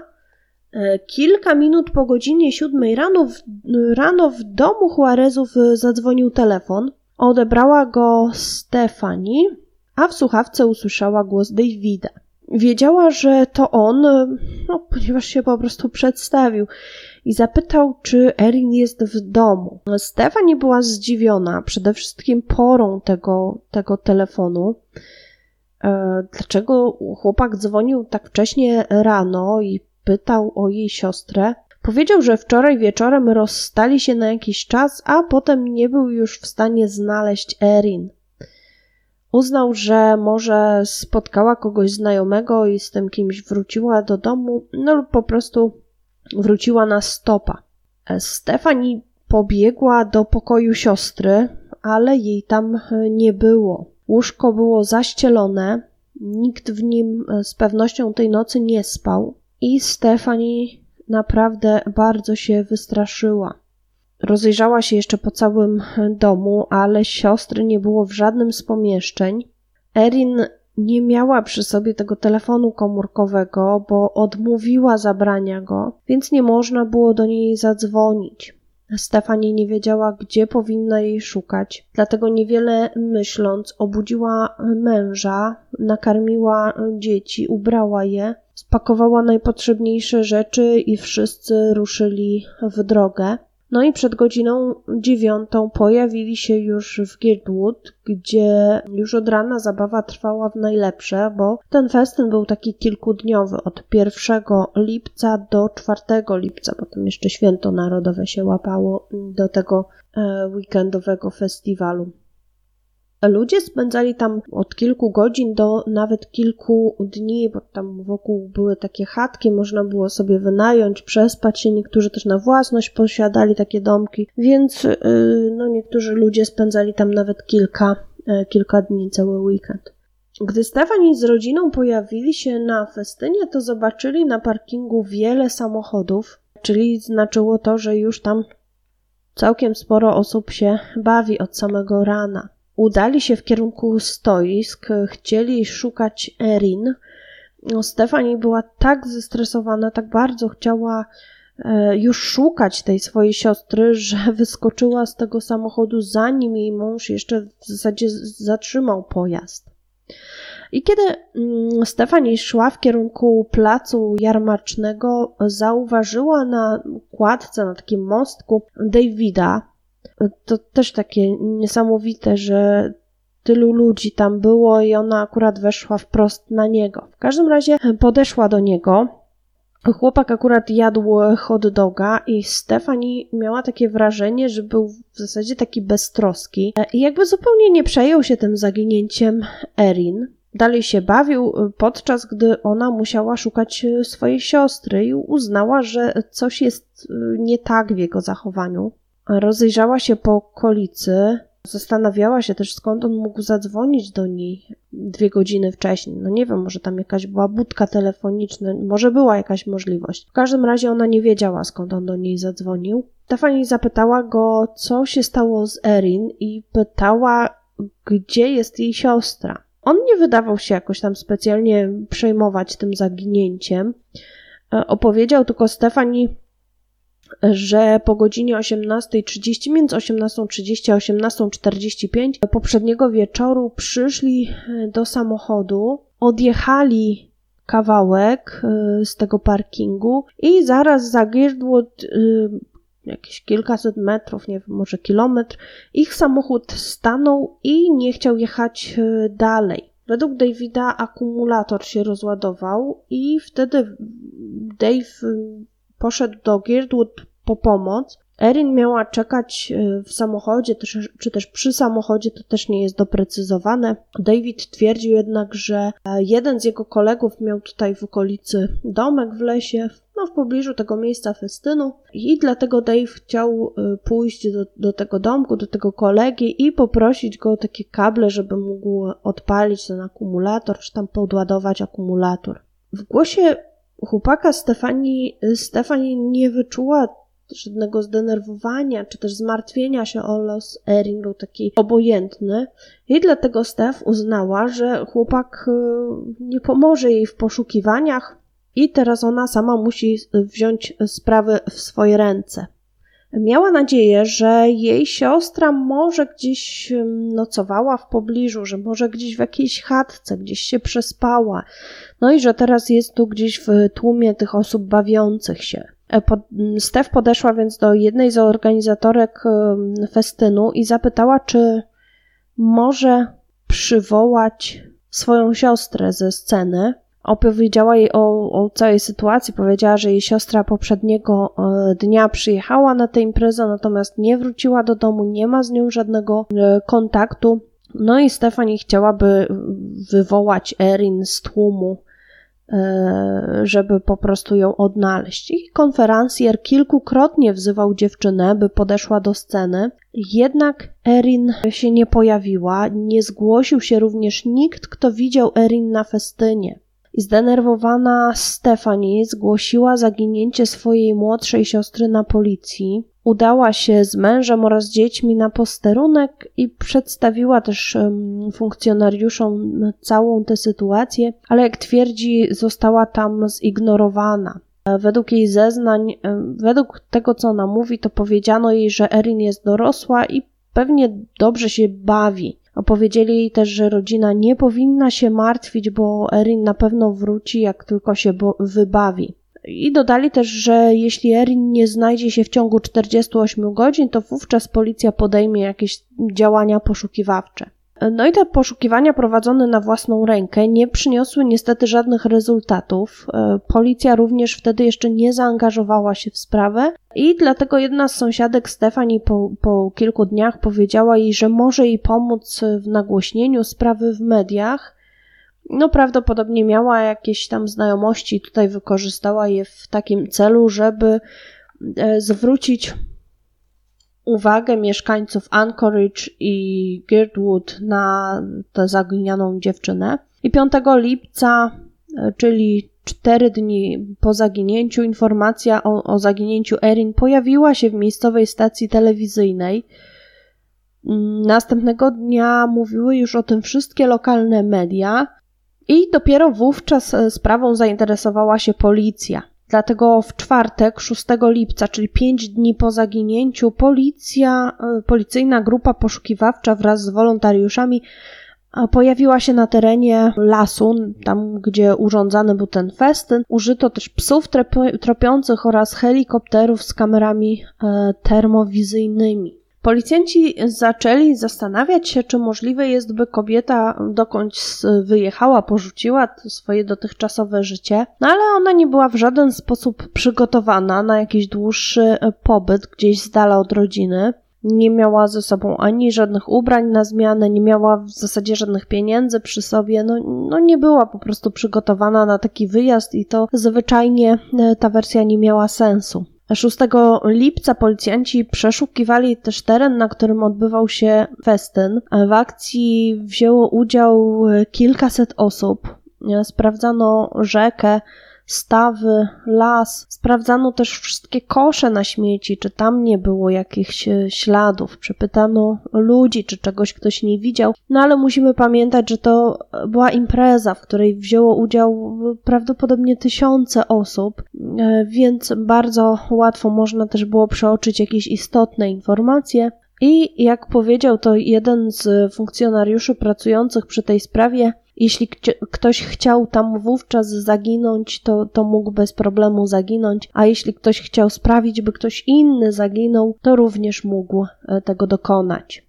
kilka minut po godzinie siódmej rano w, rano w domu Juarezów zadzwonił telefon. Odebrała go Stephanie, a w słuchawce usłyszała głos Davida. Wiedziała, że to on, no, ponieważ się po prostu przedstawił i zapytał, czy Erin jest w domu. Stephanie była zdziwiona przede wszystkim porą tego, tego telefonu. Dlaczego chłopak dzwonił tak wcześnie rano i pytał o jej siostrę? Powiedział, że wczoraj wieczorem rozstali się na jakiś czas, a potem nie był już w stanie znaleźć Erin. Uznał, że może spotkała kogoś znajomego i z tym kimś wróciła do domu, no lub po prostu wróciła na stopa. Stephanie pobiegła do pokoju siostry, ale jej tam nie było. Łóżko było zaścielone, nikt w nim z pewnością tej nocy nie spał i Stephanie naprawdę bardzo się wystraszyła. Rozejrzała się jeszcze po całym domu, ale siostry nie było w żadnym z pomieszczeń. Erin nie miała przy sobie tego telefonu komórkowego, bo odmówiła zabrania go, więc nie można było do niej zadzwonić. Stephanie nie wiedziała, gdzie powinna jej szukać, dlatego niewiele myśląc obudziła męża, nakarmiła dzieci, ubrała je, spakowała najpotrzebniejsze rzeczy i wszyscy ruszyli w drogę. No i przed godziną dziewiątą pojawili się już w Girdwood, gdzie już od rana zabawa trwała w najlepsze, bo ten festyn był taki kilkudniowy, od pierwszego lipca do czwartego lipca, potem jeszcze święto narodowe się łapało do tego weekendowego festiwalu. Ludzie spędzali tam od kilku godzin do nawet kilku dni, bo tam wokół były takie chatki, można było sobie wynająć, przespać się, niektórzy też na własność posiadali takie domki, więc no, niektórzy ludzie spędzali tam nawet kilka, kilka dni, cały weekend. Gdy Stephanie z rodziną pojawili się na festynie, to zobaczyli na parkingu wiele samochodów, czyli znaczyło to, że już tam całkiem sporo osób się bawi od samego rana. Udali się w kierunku stoisk, chcieli szukać Erin. No, Stephanie była tak zestresowana, tak bardzo chciała e, już szukać tej swojej siostry, że wyskoczyła z tego samochodu, zanim jej mąż jeszcze w zasadzie zatrzymał pojazd. I kiedy mm, Stephanie szła w kierunku placu jarmarcznego, zauważyła na kładce, na takim mostku Davida. To też takie niesamowite, że tylu ludzi tam było i ona akurat weszła wprost na niego. W każdym razie podeszła do niego. Chłopak akurat jadł hot doga i Stephanie miała takie wrażenie, że był w zasadzie taki beztroski i jakby zupełnie nie przejął się tym zaginięciem Erin. Dalej się bawił, podczas gdy ona musiała szukać swojej siostry i uznała, że coś jest nie tak w jego zachowaniu. Rozejrzała się po okolicy, zastanawiała się też, skąd on mógł zadzwonić do niej dwie godziny wcześniej. No nie wiem, może tam jakaś była budka telefoniczna, może była jakaś możliwość. W każdym razie ona nie wiedziała, skąd on do niej zadzwonił. Stephanie zapytała go, co się stało z Erin i pytała, gdzie jest jej siostra. On nie wydawał się jakoś tam specjalnie przejmować tym zaginięciem. Opowiedział tylko Stephanie, że po godzinie osiemnastej trzydzieści, między osiemnastą trzydzieści a osiemnastą czterdzieści pięć poprzedniego wieczoru przyszli do samochodu, odjechali kawałek z tego parkingu i zaraz za Girdwood, jakieś kilkaset metrów, nie wiem, może kilometr, ich samochód stanął i nie chciał jechać dalej. Według Davida akumulator się rozładował i wtedy Dave poszedł do Girdwood po pomoc. Erin miała czekać w samochodzie, czy też przy samochodzie, to też nie jest doprecyzowane. David twierdził jednak, że jeden z jego kolegów miał tutaj w okolicy domek w lesie, no w pobliżu tego miejsca festynu i dlatego Dave chciał pójść do, do tego domku, do tego kolegi i poprosić go o takie kable, żeby mógł odpalić ten akumulator, czy tam podładować akumulator. W głosie chłopaka Stephanie, Stephanie nie wyczuła żadnego zdenerwowania, czy też zmartwienia się o los Erin, był taki obojętny i dlatego Steph uznała, że chłopak nie pomoże jej w poszukiwaniach i teraz ona sama musi wziąć sprawy w swoje ręce. Miała nadzieję, że jej siostra może gdzieś nocowała w pobliżu, że może gdzieś w jakiejś chatce, gdzieś się przespała, no i że teraz jest tu gdzieś w tłumie tych osób bawiących się. Steph podeszła więc do jednej z organizatorek festynu i zapytała, czy może przywołać swoją siostrę ze sceny. Opowiedziała jej o, o całej sytuacji, powiedziała, że jej siostra poprzedniego dnia przyjechała na tę imprezę, natomiast nie wróciła do domu, nie ma z nią żadnego kontaktu. No i Stephanie chciałaby wywołać Erin z tłumu, żeby po prostu ją odnaleźć. I konferencjer kilkukrotnie wzywał dziewczynę, by podeszła do sceny, jednak Erin się nie pojawiła, nie zgłosił się również nikt, kto widział Erin na festynie. I zdenerwowana Stephanie zgłosiła zaginięcie swojej młodszej siostry na policji. Udała się z mężem oraz dziećmi na posterunek i przedstawiła też funkcjonariuszom całą tę sytuację, ale jak twierdzi, została tam zignorowana. Według jej zeznań, według tego co ona mówi, to powiedziano jej, że Erin jest dorosła i pewnie dobrze się bawi. Opowiedzieli jej też, że rodzina nie powinna się martwić, bo Erin na pewno wróci, jak tylko się wybawi. I dodali też, że jeśli Erin nie znajdzie się w ciągu czterdziestu ośmiu godzin, to wówczas policja podejmie jakieś działania poszukiwawcze. No i te poszukiwania prowadzone na własną rękę nie przyniosły niestety żadnych rezultatów. Policja również wtedy jeszcze nie zaangażowała się w sprawę i dlatego jedna z sąsiadek Stephanie po, po kilku dniach powiedziała jej, że może jej pomóc w nagłośnieniu sprawy w mediach. No prawdopodobnie miała jakieś tam znajomości i tutaj wykorzystała je w takim celu, żeby zwrócić uwagę mieszkańców Anchorage i Girdwood na tę zaginioną dziewczynę. I piątego lipca, czyli cztery dni po zaginięciu, informacja o, o zaginięciu Erin pojawiła się w miejscowej stacji telewizyjnej. Następnego dnia mówiły już o tym wszystkie lokalne media i dopiero wówczas sprawą zainteresowała się policja. Dlatego w czwartek, szóstego lipca, czyli pięć dni po zaginięciu, policja, policyjna grupa poszukiwawcza wraz z wolontariuszami pojawiła się na terenie lasu, tam gdzie urządzany był ten festyn. Użyto też psów tropiących oraz helikopterów z kamerami termowizyjnymi. Policjanci zaczęli zastanawiać się, czy możliwe jest, by kobieta dokądś wyjechała, porzuciła swoje dotychczasowe życie, no ale ona nie była w żaden sposób przygotowana na jakiś dłuższy pobyt gdzieś z dala od rodziny. Nie miała ze sobą ani żadnych ubrań na zmianę, nie miała w zasadzie żadnych pieniędzy przy sobie, no, no nie była po prostu przygotowana na taki wyjazd i to zwyczajnie ta wersja nie miała sensu. szóstego lipca policjanci przeszukiwali też teren, na którym odbywał się festyn. W akcji wzięło udział kilkaset osób. Sprawdzano rzekę, stawy, las. Sprawdzano też wszystkie kosze na śmieci, czy tam nie było jakichś śladów. Przepytano ludzi, czy czegoś ktoś nie widział. No ale musimy pamiętać, że to była impreza, w której wzięło udział prawdopodobnie tysiące osób, więc bardzo łatwo można też było przeoczyć jakieś istotne informacje. I jak powiedział to jeden z funkcjonariuszy pracujących przy tej sprawie, jeśli ktoś chciał tam wówczas zaginąć, to, to mógł bez problemu zaginąć, a jeśli ktoś chciał sprawić, by ktoś inny zaginął, to również mógł tego dokonać.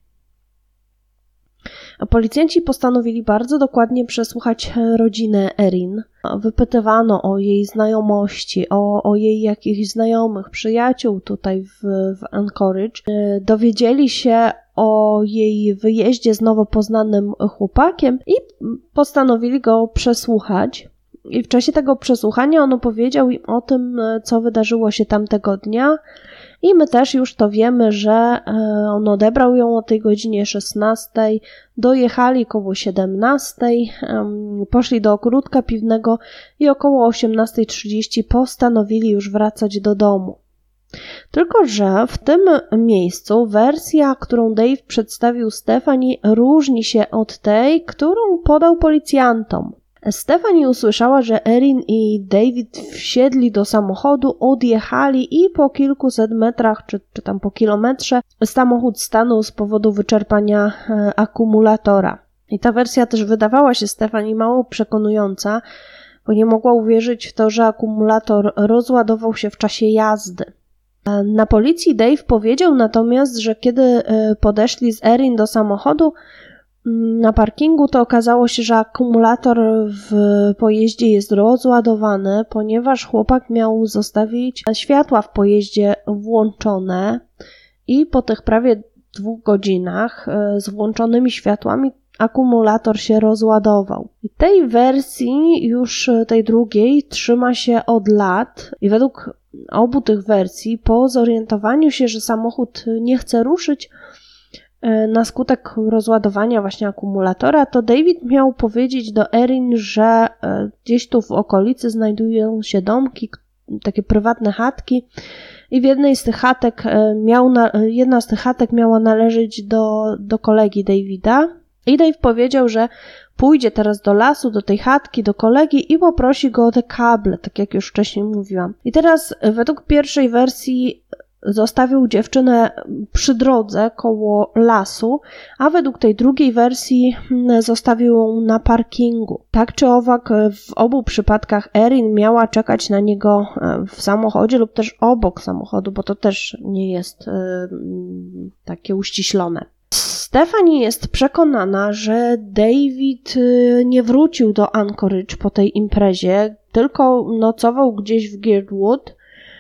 Policjanci postanowili bardzo dokładnie przesłuchać rodzinę Erin. Wypytywano o jej znajomości, o, o jej jakichś znajomych, przyjaciół tutaj w, w Anchorage. Dowiedzieli się o jej wyjeździe z nowo poznanym chłopakiem i postanowili go przesłuchać. I w czasie tego przesłuchania on opowiedział im o tym, co wydarzyło się tamtego dnia. I my też już to wiemy, że on odebrał ją o tej godzinie szesnastej, dojechali koło siedemnastej, poszli do ogródka piwnego i około osiemnasta trzydzieści postanowili już wracać do domu. Tylko że w tym miejscu wersja, którą Dave przedstawił Stephanie, różni się od tej, którą podał policjantom. Stephanie usłyszała, że Erin i David wsiedli do samochodu, odjechali i po kilkuset metrach, czy, czy tam po kilometrze, samochód stanął z powodu wyczerpania e, akumulatora. I ta wersja też wydawała się Stephanie mało przekonująca, bo nie mogła uwierzyć w to, że akumulator rozładował się w czasie jazdy. Na policji Dave powiedział natomiast, że kiedy podeszli z Erin do samochodu na parkingu, to okazało się, że akumulator w pojeździe jest rozładowany, ponieważ chłopak miał zostawić światła w pojeździe włączone i po tych prawie dwóch godzinach z włączonymi światłami akumulator się rozładował. I tej wersji, już tej drugiej, trzyma się od lat i według obu tych wersji, po zorientowaniu się, że samochód nie chce ruszyć na skutek rozładowania właśnie akumulatora, to David miał powiedzieć do Erin, że gdzieś tu w okolicy znajdują się domki, takie prywatne chatki i w jednej z tych chatek miał na, jedna z tych chatek miała należeć do, do kolegi Davida. I Dave powiedział, że pójdzie teraz do lasu, do tej chatki, do kolegi i poprosi go o te kable, tak jak już wcześniej mówiłam. I teraz według pierwszej wersji zostawił dziewczynę przy drodze koło lasu, a według tej drugiej wersji zostawił ją na parkingu. Tak czy owak, w obu przypadkach Erin miała czekać na niego w samochodzie lub też obok samochodu, bo to też nie jest y, takie uściślone. Stephanie jest przekonana, że David nie wrócił do Anchorage po tej imprezie, tylko nocował gdzieś w Girdwood.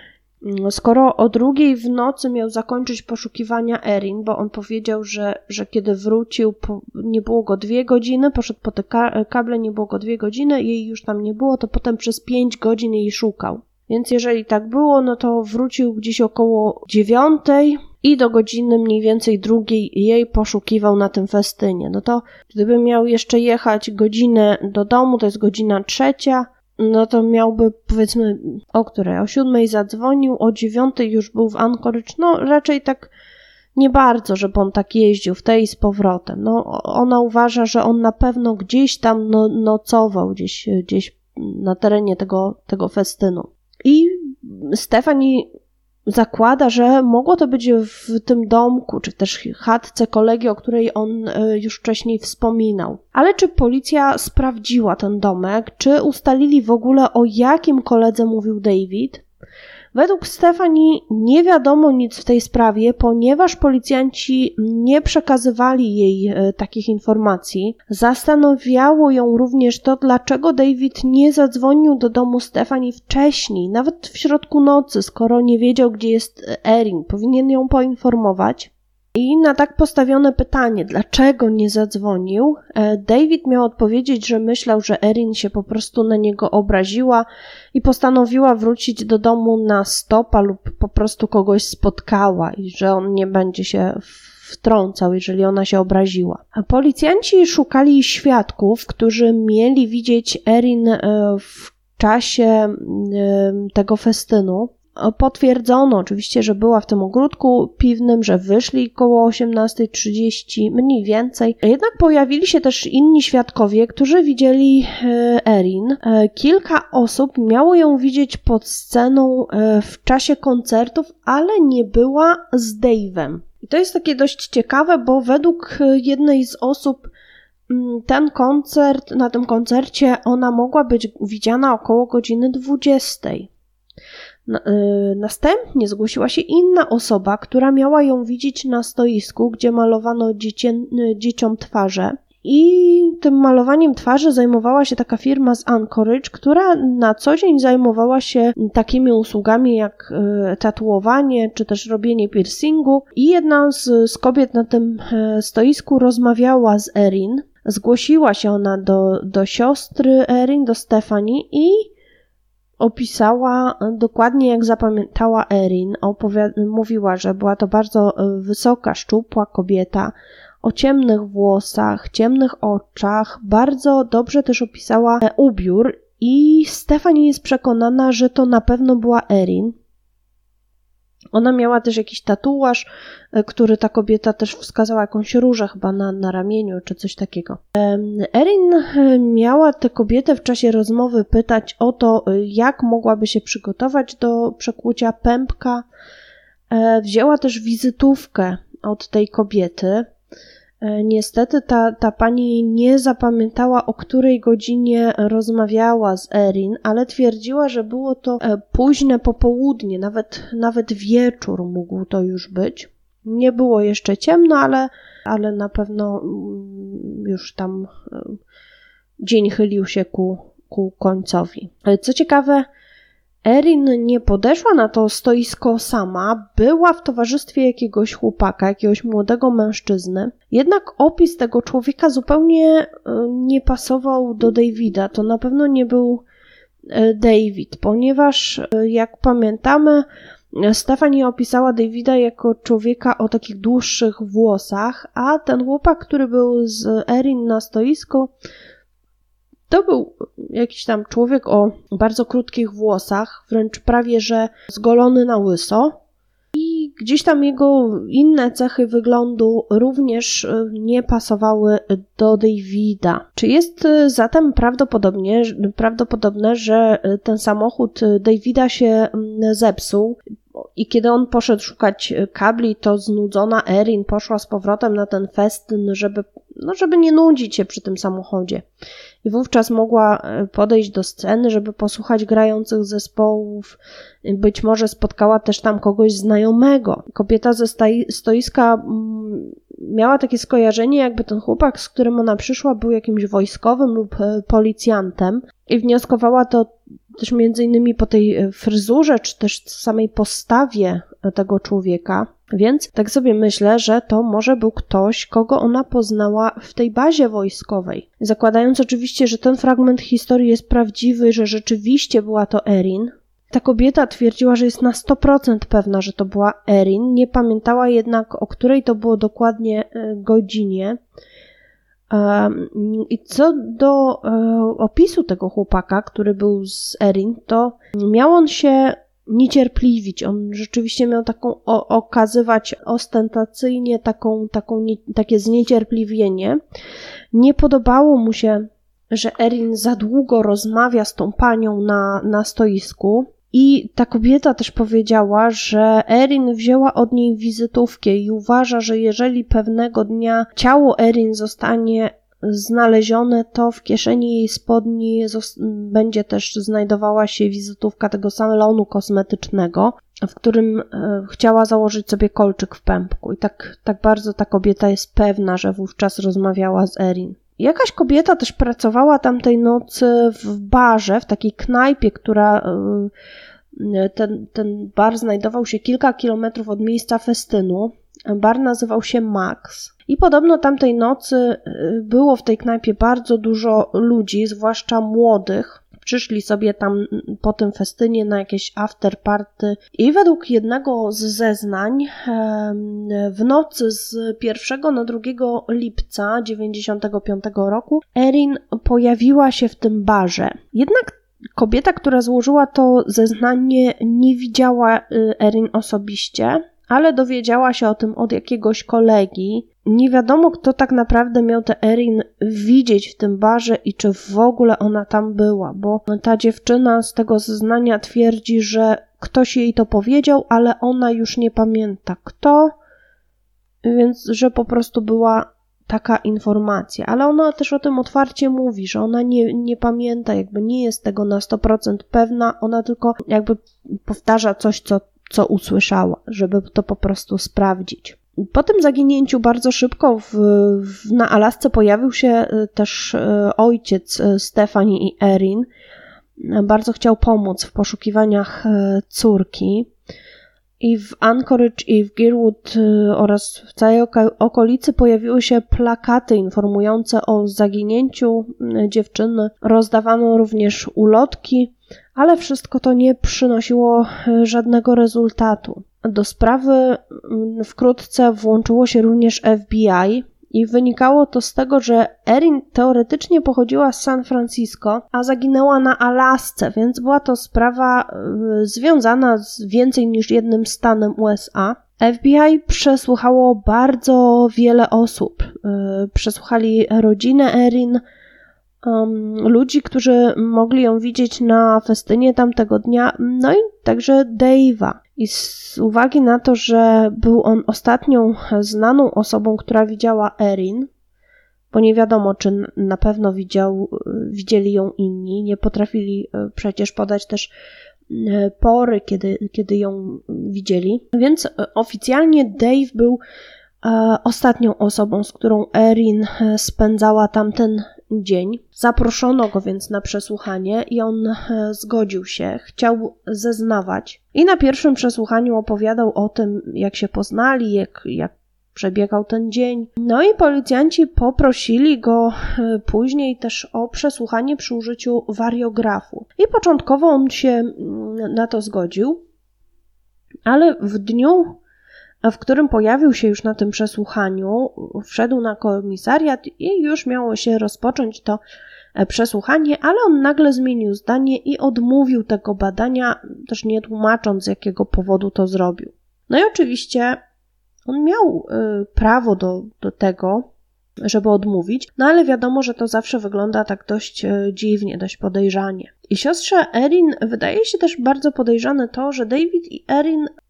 Skoro o drugiej w nocy miał zakończyć poszukiwania Erin, bo on powiedział, że, że kiedy wrócił, po, nie było go dwie godziny, poszedł po te ka- kable, nie było go dwie godziny, jej już tam nie było, to potem przez pięć godzin jej szukał. Więc jeżeli tak było, no to wrócił gdzieś około dziewiątej i do godziny mniej więcej drugiej jej poszukiwał na tym festynie. No to gdyby miał jeszcze jechać godzinę do domu, to jest godzina trzecia, no to miałby, powiedzmy, o której? O siódmej zadzwonił, o dziewiątej już był w Anchorage. No raczej tak nie bardzo, żeby on tak jeździł w tej z powrotem. No ona uważa, że on na pewno gdzieś tam no, nocował, gdzieś, gdzieś na terenie tego, tego festynu. I Stephanie zakłada, że mogło to być w tym domku, czy też chatce kolegi, o której on już wcześniej wspominał. Ale czy policja sprawdziła ten domek? Czy ustalili w ogóle, o jakim koledze mówił David? Według Stephanie nie wiadomo nic w tej sprawie, ponieważ policjanci nie przekazywali jej e, takich informacji. Zastanawiało ją również to, dlaczego David nie zadzwonił do domu Stephanie wcześniej, nawet w środku nocy, skoro nie wiedział, gdzie jest Erin. Powinien ją poinformować. I na tak postawione pytanie, dlaczego nie zadzwonił, David miał odpowiedzieć, że myślał, że Erin się po prostu na niego obraziła i postanowiła wrócić do domu na stopa lub po prostu kogoś spotkała i że on nie będzie się wtrącał, jeżeli ona się obraziła. Policjanci szukali świadków, którzy mieli widzieć Erin w czasie tego festynu. Potwierdzono oczywiście, że była w tym ogródku piwnym, że wyszli koło osiemnasta trzydzieści, mniej więcej. Jednak pojawili się też inni świadkowie, którzy widzieli Erin. Kilka osób miało ją widzieć pod sceną w czasie koncertów, ale nie była z Dave'em. I to jest takie dość ciekawe, bo według jednej z osób ten koncert, na tym koncercie ona mogła być widziana około godziny dwudziestej. Następnie zgłosiła się inna osoba, która miała ją widzieć na stoisku, gdzie malowano dziecię, dzieciom twarze. I tym malowaniem twarzy zajmowała się taka firma z Anchorage, która na co dzień zajmowała się takimi usługami jak tatuowanie czy też robienie piercingu. I jedna z, z kobiet na tym stoisku rozmawiała z Erin. Zgłosiła się ona do, do siostry Erin, do Stephanie i opisała dokładnie, jak zapamiętała Erin. Opowi- mówiła, że była to bardzo wysoka, szczupła kobieta o ciemnych włosach, ciemnych oczach. Bardzo dobrze też opisała ubiór i Stephanie jest przekonana, że to na pewno była Erin. Ona miała też jakiś tatuaż, który ta kobieta też wskazała, jakąś różę chyba na, na ramieniu, czy coś takiego. Erin miała tę kobietę w czasie rozmowy pytać o to, jak mogłaby się przygotować do przekłucia pępka. Wzięła też wizytówkę od tej kobiety. Niestety ta, ta pani nie zapamiętała, o której godzinie rozmawiała z Erin, ale twierdziła, że było to późne popołudnie, nawet, nawet wieczór mógł to już być. Nie było jeszcze ciemno, ale, ale na pewno już tam dzień chylił się ku, ku końcowi. Co ciekawe, Erin nie podeszła na to stoisko sama, była w towarzystwie jakiegoś chłopaka, jakiegoś młodego mężczyzny. Jednak opis tego człowieka zupełnie nie pasował do Davida. To na pewno nie był David, ponieważ jak pamiętamy, Stephanie opisała Davida jako człowieka o takich dłuższych włosach, a ten chłopak, który był z Erin na stoisku, to był jakiś tam człowiek o bardzo krótkich włosach, wręcz prawie że zgolony na łyso. I gdzieś tam jego inne cechy wyglądu również nie pasowały do Davida. Czy jest zatem prawdopodobnie, prawdopodobne, że ten samochód Davida się zepsuł? i kiedy on poszedł szukać kabli, to znudzona Erin poszła z powrotem na ten festyn, żeby, no żeby nie nudzić się przy tym samochodzie. I wówczas mogła podejść do sceny, żeby posłuchać grających zespołów. Być może spotkała też tam kogoś znajomego. Kobieta ze stoiska miała takie skojarzenie, jakby ten chłopak, z którym ona przyszła, był jakimś wojskowym lub policjantem i wnioskowała to też między innymi po tej fryzurze, czy też samej postawie tego człowieka. Więc tak sobie myślę, że to może był ktoś, kogo ona poznała w tej bazie wojskowej. Zakładając oczywiście, że ten fragment historii jest prawdziwy, że rzeczywiście była to Erin. Ta kobieta twierdziła, że jest na sto procent pewna, że to była Erin. Nie pamiętała jednak, o której to było dokładnie godzinie. I co do opisu tego chłopaka, który był z Erin, to miał on się niecierpliwić. On rzeczywiście miał taką o, okazywać ostentacyjnie taką, taką nie, takie zniecierpliwienie. Nie podobało mu się, że Erin za długo rozmawia z tą panią na, na stoisku. I ta kobieta też powiedziała, że Erin wzięła od niej wizytówkę i uważa, że jeżeli pewnego dnia ciało Erin zostanie znalezione, to w kieszeni jej spodni będzie też znajdowała się wizytówka tego salonu kosmetycznego, w którym chciała założyć sobie kolczyk w pępku. I tak, tak bardzo ta kobieta jest pewna, że wówczas rozmawiała z Erin. Jakaś kobieta też pracowała tamtej nocy w barze, w takiej knajpie, która ten, ten bar znajdował się kilka kilometrów od miejsca festynu. Bar nazywał się Max. I podobno tamtej nocy było w tej knajpie bardzo dużo ludzi, zwłaszcza młodych. Przyszli sobie tam po tym festynie na jakieś after party i według jednego z zeznań w nocy z pierwszego na drugiego lipca dziewięćdziesiątego piątego roku Erin pojawiła się w tym barze. Jednak kobieta, która złożyła to zeznanie, nie widziała Erin osobiście, ale dowiedziała się o tym od jakiegoś kolegi. Nie wiadomo, kto tak naprawdę miał tę Erin widzieć w tym barze i czy w ogóle ona tam była, bo ta dziewczyna z tego zeznania twierdzi, że ktoś jej to powiedział, ale ona już nie pamięta kto, więc że po prostu była taka informacja. Ale ona też o tym otwarcie mówi, że ona nie, nie pamięta, jakby nie jest tego na sto procent pewna, ona tylko jakby powtarza coś, co co usłyszała, żeby to po prostu sprawdzić. Po tym zaginięciu bardzo szybko w, w, na Alasce pojawił się też ojciec Stephanie i Erin. Bardzo chciał pomóc w poszukiwaniach córki. I w Anchorage i w Girewood oraz w całej okolicy pojawiły się plakaty informujące o zaginięciu dziewczyny. Rozdawano również ulotki, ale wszystko to nie przynosiło żadnego rezultatu. Do sprawy wkrótce włączyło się również F B I i wynikało to z tego, że Erin teoretycznie pochodziła z San Francisco, a zaginęła na Alasce, więc była to sprawa związana z więcej niż jednym stanem U S A. F B I przesłuchało bardzo wiele osób. Przesłuchali rodzinę Erin, Um, ludzi, którzy mogli ją widzieć na festynie tamtego dnia, no i także Dave'a. I z uwagi na to, że był on ostatnią znaną osobą, która widziała Erin, bo nie wiadomo, czy na pewno widział, widzieli ją inni, nie potrafili przecież podać też pory, kiedy, kiedy ją widzieli, więc oficjalnie Dave był ostatnią osobą, z którą Erin spędzała tamten dzień. Zaproszono go więc na przesłuchanie i on zgodził się, chciał zeznawać. I na pierwszym przesłuchaniu opowiadał o tym, jak się poznali, jak, jak przebiegał ten dzień. No i policjanci poprosili go później też o przesłuchanie przy użyciu wariografu. I początkowo on się na to zgodził, ale w dniu, w którym pojawił się już na tym przesłuchaniu, wszedł na komisariat i już miało się rozpocząć to przesłuchanie, ale on nagle zmienił zdanie i odmówił tego badania, też nie tłumacząc, z jakiego powodu to zrobił. No i oczywiście on miał y, prawo do, do tego, żeby odmówić, no ale wiadomo, że to zawsze wygląda tak dość y, dziwnie, dość podejrzanie. I siostrze Erin wydaje się też bardzo podejrzane to, że David i Erin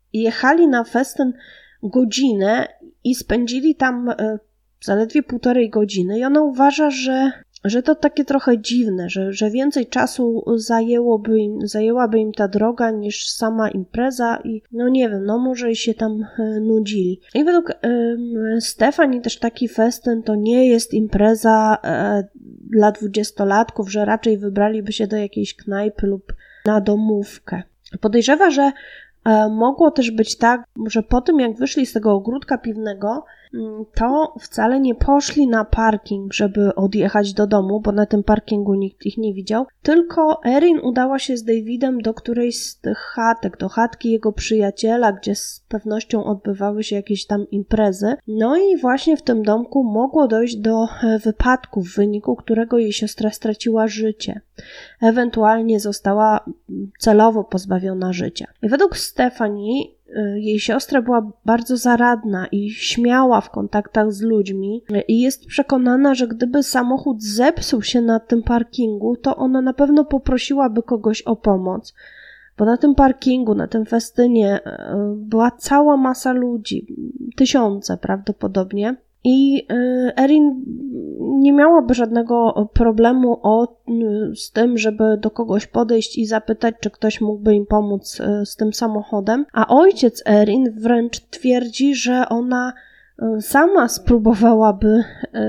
jechali na festyn godzinę i spędzili tam zaledwie półtorej godziny i ona uważa, że, że to takie trochę dziwne, że, że więcej czasu zajęłoby im, zajęłaby im ta droga niż sama impreza i no nie wiem, no może się tam nudzili. I według um, Stefani też taki festyn to nie jest impreza e, dla dwudziestolatków, że raczej wybraliby się do jakiejś knajpy lub na domówkę. Podejrzewa, że e, mogło też być tak, że po tym jak wyszli z tego ogródka piwnego, to wcale nie poszli na parking, żeby odjechać do domu, bo na tym parkingu nikt ich nie widział, tylko Erin udała się z Davidem do którejś z tych chatek, do chatki jego przyjaciela, gdzie z pewnością odbywały się jakieś tam imprezy. No i właśnie w tym domku mogło dojść do wypadku, w wyniku którego jej siostra straciła życie. Ewentualnie została celowo pozbawiona życia. I według Stefani jej siostra była bardzo zaradna i śmiała w kontaktach z ludźmi i jest przekonana, że gdyby samochód zepsuł się na tym parkingu, to ona na pewno poprosiłaby kogoś o pomoc, bo na tym parkingu, na tym festynie była cała masa ludzi, tysiące prawdopodobnie. I Erin nie miałaby żadnego problemu o, z tym, żeby do kogoś podejść i zapytać, czy ktoś mógłby im pomóc z tym samochodem. A ojciec Erin wręcz twierdzi, że ona sama spróbowałaby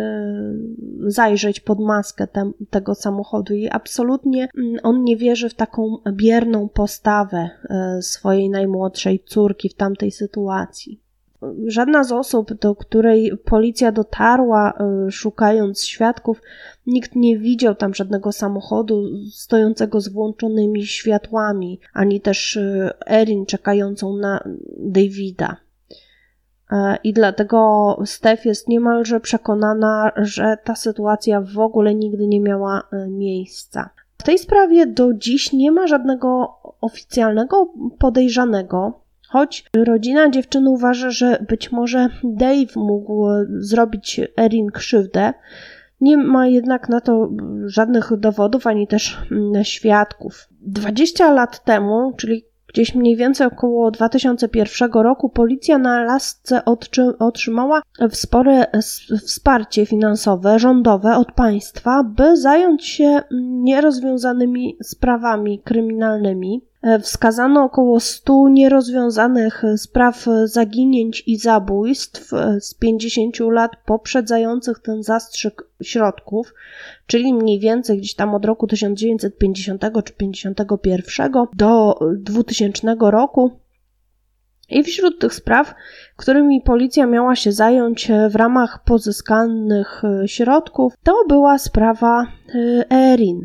zajrzeć pod maskę te, tego samochodu i absolutnie on nie wierzy w taką bierną postawę swojej najmłodszej córki w tamtej sytuacji. Żadna z osób, do której policja dotarła, szukając świadków, nikt nie widział tam żadnego samochodu stojącego z włączonymi światłami, ani też Erin czekającą na Davida. I dlatego Steph jest niemalże przekonana, że ta sytuacja w ogóle nigdy nie miała miejsca. W tej sprawie do dziś nie ma żadnego oficjalnego podejrzanego, choć rodzina dziewczyny uważa, że być może Dave mógł zrobić Erin krzywdę. Nie ma jednak na to żadnych dowodów, ani też świadków. dwadzieścia lat temu, czyli gdzieś mniej więcej około dwa tysiące pierwszego roku, policja na Alasce otrzymała spore wsparcie finansowe, rządowe od państwa, by zająć się nierozwiązanymi sprawami kryminalnymi. Wskazano około stu nierozwiązanych spraw zaginięć i zabójstw z pięćdziesięciu lat poprzedzających ten zastrzyk środków, czyli mniej więcej gdzieś tam od roku tysiąc dziewięćset pięćdziesiątego czy pięćdziesiątego pierwszego do dwutysięcznego roku. I wśród tych spraw, którymi policja miała się zająć w ramach pozyskanych środków, to była sprawa Erin.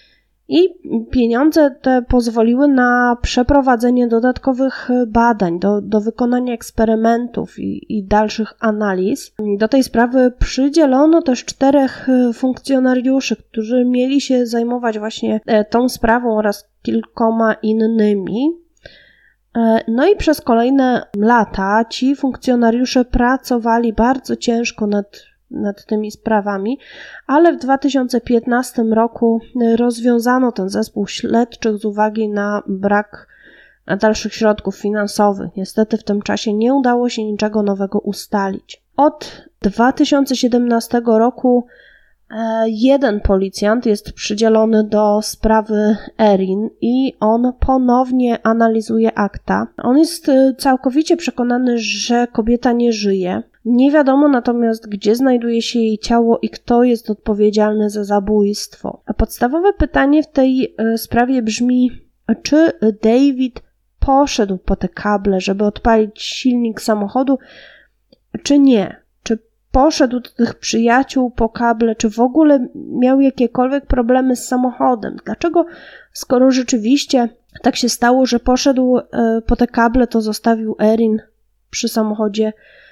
I pieniądze te pozwoliły na przeprowadzenie dodatkowych badań, do, do wykonania eksperymentów i, i dalszych analiz. Do tej sprawy przydzielono też czterech funkcjonariuszy, którzy mieli się zajmować właśnie tą sprawą oraz kilkoma innymi. No i przez kolejne lata ci funkcjonariusze pracowali bardzo ciężko nad nad tymi sprawami, ale w dwa tysiące piętnastym roku rozwiązano ten zespół śledczych z uwagi na brak dalszych środków finansowych. Niestety w tym czasie nie udało się niczego nowego ustalić. Od dwa tysiące siedemnastego roku jeden policjant jest przydzielony do sprawy Erin i on ponownie analizuje akta. On jest całkowicie przekonany, że kobieta nie żyje. Nie wiadomo natomiast, gdzie znajduje się jej ciało i kto jest odpowiedzialny za zabójstwo. A podstawowe pytanie w tej sprawie brzmi, czy David poszedł po te kable, żeby odpalić silnik samochodu, czy nie? Czy poszedł do tych przyjaciół po kable, czy w ogóle miał jakiekolwiek problemy z samochodem? Dlaczego, skoro rzeczywiście tak się stało, że poszedł po te kable, to zostawił Erin przy samochodzie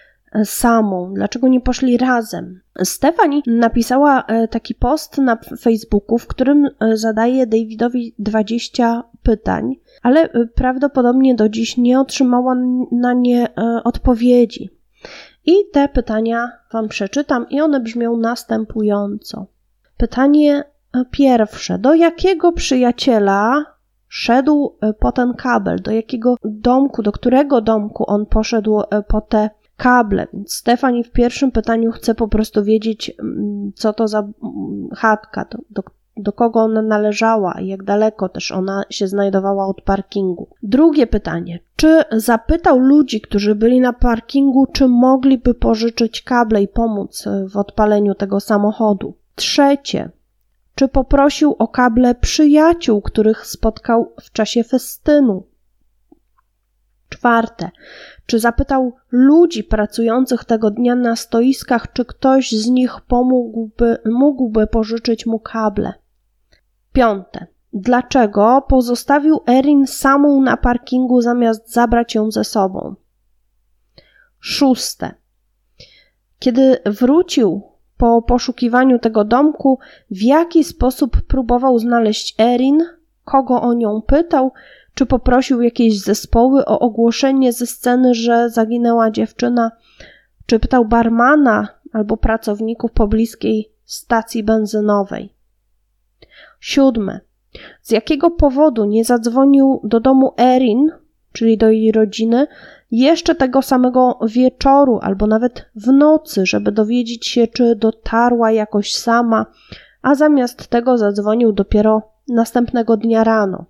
samą? Dlaczego nie poszli razem? Stephanie napisała taki post na Facebooku, w którym zadaje Davidowi dwadzieścia pytań, ale prawdopodobnie do dziś nie otrzymała na nie odpowiedzi. I te pytania wam przeczytam i one brzmią następująco. Pytanie pierwsze. Do jakiego przyjaciela szedł po ten kabel, do jakiego domku, do którego domku on poszedł po te kable. Więc Stefani w pierwszym pytaniu chce po prostu wiedzieć, co to za chatka, do, do, do kogo ona należała i jak daleko też ona się znajdowała od parkingu. Drugie pytanie. Czy zapytał ludzi, którzy byli na parkingu, czy mogliby pożyczyć kable i pomóc w odpaleniu tego samochodu? Trzecie. Czy poprosił o kable przyjaciół, których spotkał w czasie festynu? Czwarte. Czy zapytał ludzi pracujących tego dnia na stoiskach, czy ktoś z nich pomógłby, mógłby pożyczyć mu kable? Piąte. Dlaczego pozostawił Erin samą na parkingu, zamiast zabrać ją ze sobą? Szóste. Kiedy wrócił po poszukiwaniu tego domku, w jaki sposób próbował znaleźć Erin, kogo o nią pytał, czy poprosił jakieś zespoły o ogłoszenie ze sceny, że zaginęła dziewczyna, czy pytał barmana albo pracowników pobliskiej stacji benzynowej. Siódme. Z jakiego powodu nie zadzwonił do domu Erin, czyli do jej rodziny, jeszcze tego samego wieczoru albo nawet w nocy, żeby dowiedzieć się, czy dotarła jakoś sama, a zamiast tego zadzwonił dopiero następnego dnia rano.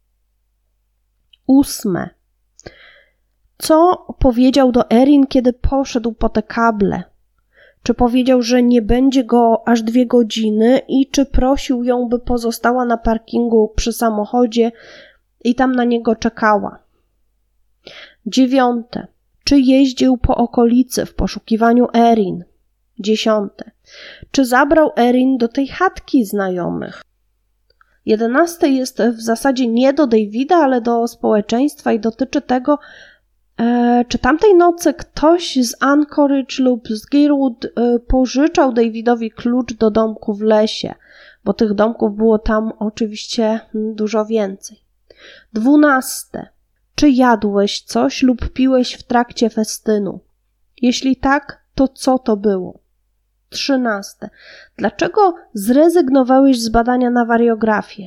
Ósme. Co powiedział do Erin, kiedy poszedł po te kable? Czy powiedział, że nie będzie go aż dwie godziny i czy prosił ją, by pozostała na parkingu przy samochodzie i tam na niego czekała? Dziewiąte. Czy jeździł po okolicy w poszukiwaniu Erin? Dziesiąte. Czy zabrał Erin do tej chatki znajomych? Jedenaste jest w zasadzie nie do Davida, ale do społeczeństwa i dotyczy tego, e, czy tamtej nocy ktoś z Anchorage lub z Gilead e, pożyczał Davidowi klucz do domku w lesie, bo tych domków było tam oczywiście dużo więcej. Dwunaste. Czy jadłeś coś lub piłeś w trakcie festynu? Jeśli tak, to co to było? Trzynaste. Dlaczego zrezygnowałeś z badania na wariografię?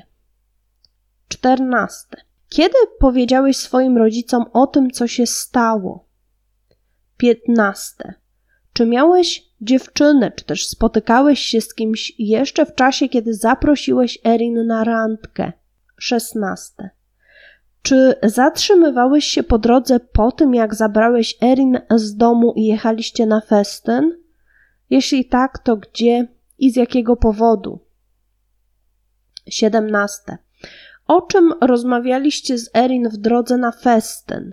Czternaste. Kiedy powiedziałeś swoim rodzicom o tym, co się stało? Piętnaste. Czy miałeś dziewczynę, czy też spotykałeś się z kimś jeszcze w czasie, kiedy zaprosiłeś Erin na randkę? Szesnaste. Czy zatrzymywałeś się po drodze po tym, jak zabrałeś Erin z domu i jechaliście na festyn? Jeśli tak, to gdzie i z jakiego powodu? Siedemnaste. O czym rozmawialiście z Erin w drodze na festyn?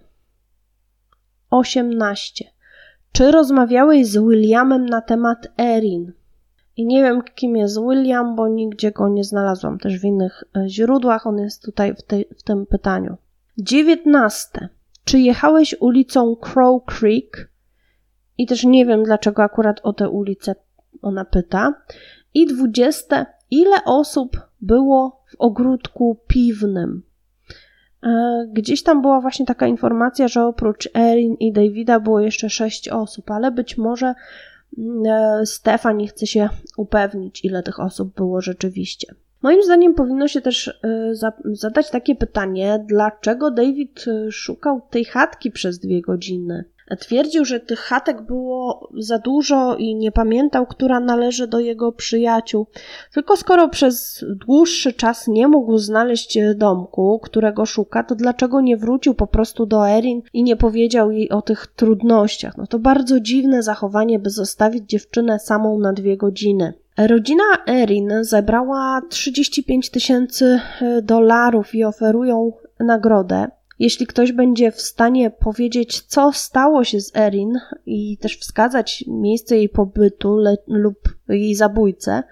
Osiemnaście. Czy rozmawiałeś z Williamem na temat Erin? I nie wiem, kim jest William, bo nigdzie go nie znalazłam też w innych źródłach. On jest tutaj w, tej, w tym pytaniu. Dziewiętnaste. Czy jechałeś ulicą Crow Creek? I też nie wiem, dlaczego akurat o tę ulicę ona pyta. I dwudzieste. Ile osób było w ogródku piwnym? Gdzieś tam była właśnie taka informacja, że oprócz Erin i Davida było jeszcze sześć osób, ale być może Stefani chce się upewnić, ile tych osób było rzeczywiście. Moim zdaniem powinno się też zadać takie pytanie, dlaczego David szukał tej chatki przez dwie godziny? Twierdził, że tych chatek było za dużo i nie pamiętał, która należy do jego przyjaciół. Tylko skoro przez dłuższy czas nie mógł znaleźć domku, którego szuka, to dlaczego nie wrócił po prostu do Erin i nie powiedział jej o tych trudnościach? No to bardzo dziwne zachowanie, by zostawić dziewczynę samą na dwie godziny. Rodzina Erin zebrała trzydzieści pięć tysięcy dolarów i oferują nagrodę. Jeśli ktoś będzie w stanie powiedzieć, co stało się z Erin i też wskazać miejsce jej pobytu le- lub jej zabójcę,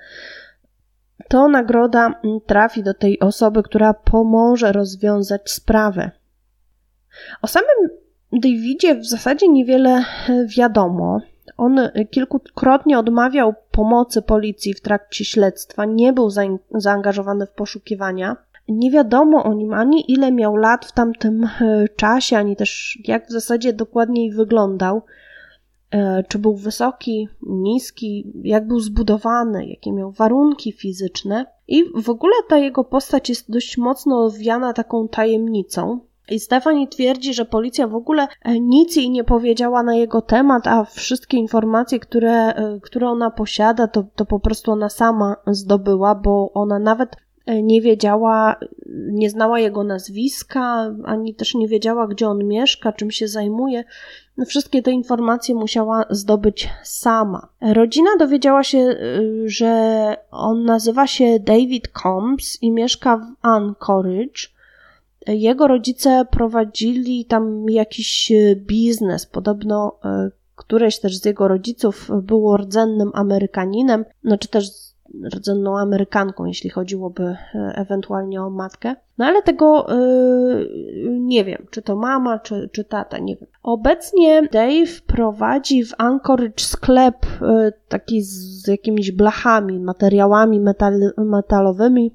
to nagroda trafi do tej osoby, która pomoże rozwiązać sprawę. O samym Davidzie w zasadzie niewiele wiadomo. On kilkukrotnie odmawiał pomocy policji w trakcie śledztwa, nie był za- zaangażowany w poszukiwania. Nie wiadomo o nim ani ile miał lat w tamtym czasie, ani też jak w zasadzie dokładniej wyglądał. czy był wysoki, niski, jak był zbudowany, jakie miał warunki fizyczne. I w ogóle ta jego postać jest dość mocno owiana taką tajemnicą. I Stephanie twierdzi, że policja w ogóle nic jej nie powiedziała na jego temat, a wszystkie informacje, które, które ona posiada, to, to po prostu ona sama zdobyła, bo ona nawet nie wiedziała, nie znała jego nazwiska, ani też nie wiedziała, gdzie on mieszka, czym się zajmuje. Wszystkie te informacje musiała zdobyć sama. Rodzina dowiedziała się, że on nazywa się David Combs i mieszka w Anchorage. Jego rodzice prowadzili tam jakiś biznes. Podobno któreś też z jego rodziców było rdzennym Amerykaninem, no czy też rdzenną Amerykanką, jeśli chodziłoby ewentualnie o matkę. No ale tego yy, nie wiem, czy to mama, czy, czy tata, nie wiem. Obecnie Dave prowadzi w Anchorage sklep yy, taki z jakimiś blachami, materiałami metal, metalowymi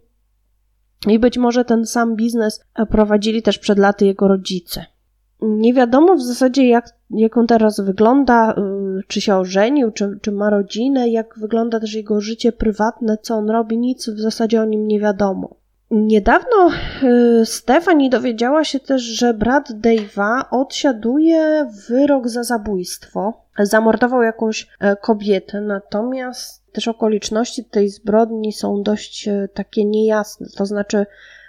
i być może ten sam biznes prowadzili też przed laty jego rodzice. Nie wiadomo w zasadzie, jak, jak on teraz wygląda, czy się ożenił, czy, czy ma rodzinę, jak wygląda też jego życie prywatne, co on robi, nic w zasadzie o nim nie wiadomo. Niedawno Stephanie dowiedziała się też, że brat Dave'a odsiaduje wyrok za zabójstwo. Zamordował jakąś kobietę, natomiast też okoliczności tej zbrodni są dość takie niejasne, to znaczy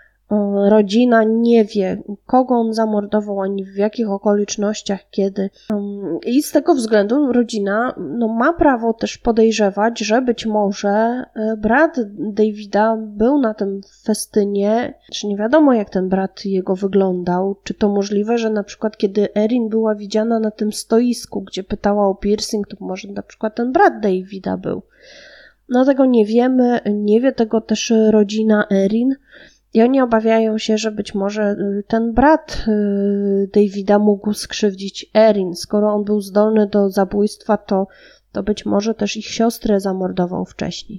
rodzina nie wie, kogo on zamordował, ani w jakich okolicznościach, kiedy. I z tego względu rodzina no, ma prawo też podejrzewać, że być może brat Davida był na tym festynie, czy nie wiadomo, jak ten brat jego wyglądał. Czy to możliwe, że na przykład kiedy Erin była widziana na tym stoisku, gdzie pytała o piercing, to może na przykład ten brat Davida był. No tego nie wiemy, nie wie tego też rodzina Erin. I oni obawiają się, że być może ten brat Davida mógł skrzywdzić Erin. Skoro on był zdolny do zabójstwa, to, to być może też ich siostrę zamordował wcześniej.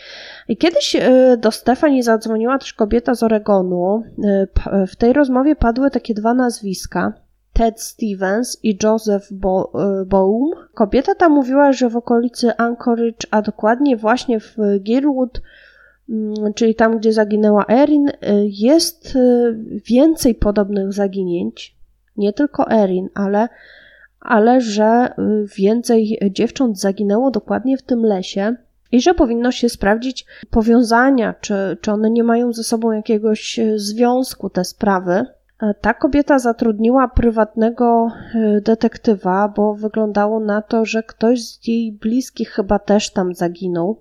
I kiedyś do Stephanie zadzwoniła też kobieta z Oregonu. W tej rozmowie padły takie dwa nazwiska. Ted Stevens i Joseph Boehm. Kobieta ta mówiła, że w okolicy Anchorage, a dokładnie właśnie w Gilead, czyli tam, gdzie zaginęła Erin, jest więcej podobnych zaginięć. Nie tylko Erin, ale, ale że więcej dziewcząt zaginęło dokładnie w tym lesie i że powinno się sprawdzić powiązania, czy, czy one nie mają ze sobą jakiegoś związku, te sprawy. Ta kobieta zatrudniła prywatnego detektywa, bo wyglądało na to, że ktoś z jej bliskich chyba też tam zaginął.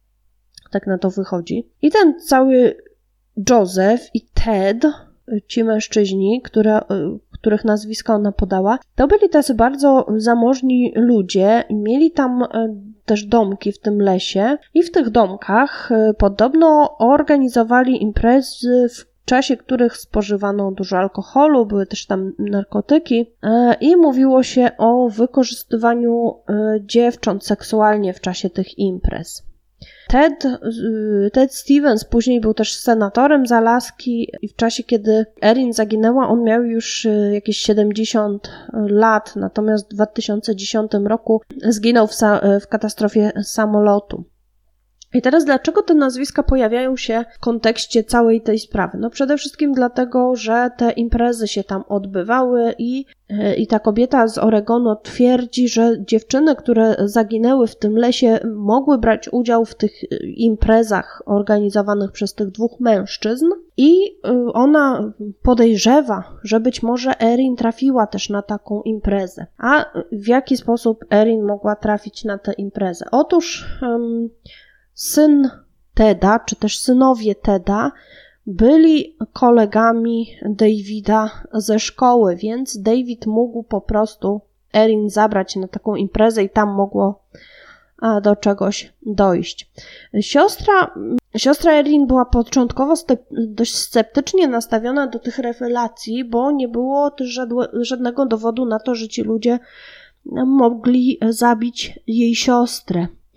Tak na to wychodzi. I ten cały Joseph i Ted, ci mężczyźni, które, których nazwiska ona podała, to byli tacy bardzo zamożni ludzie i mieli tam też domki w tym lesie i w tych domkach podobno organizowali imprezy, w czasie których spożywano dużo alkoholu, były też tam narkotyki i mówiło się o wykorzystywaniu dziewcząt seksualnie w czasie tych imprez. Ted, Ted Stevens później był też senatorem z Alaski i w czasie, kiedy Erin zaginęła, on miał już jakieś siedemdziesiąt lat, natomiast w dwa tysiące dziesiątym roku zginął w, sa- w katastrofie samolotu. I teraz dlaczego te nazwiska pojawiają się w kontekście całej tej sprawy? No przede wszystkim dlatego, że te imprezy się tam odbywały i, i ta kobieta z Oregonu twierdzi, że dziewczyny, które zaginęły w tym lesie, mogły brać udział w tych imprezach organizowanych przez tych dwóch mężczyzn i ona podejrzewa, że być może Erin trafiła też na taką imprezę. A w jaki sposób Erin mogła trafić na tę imprezę? Otóż um, syn Teda, czy też synowie Teda byli kolegami Davida ze szkoły, więc David mógł po prostu Erin zabrać na taką imprezę i tam mogło do czegoś dojść. Siostra, siostra Erin była początkowo dość sceptycznie nastawiona do tych rewelacji, bo nie było też żadłe, żadnego dowodu na to, że ci ludzie mogli zabić jej siostrę.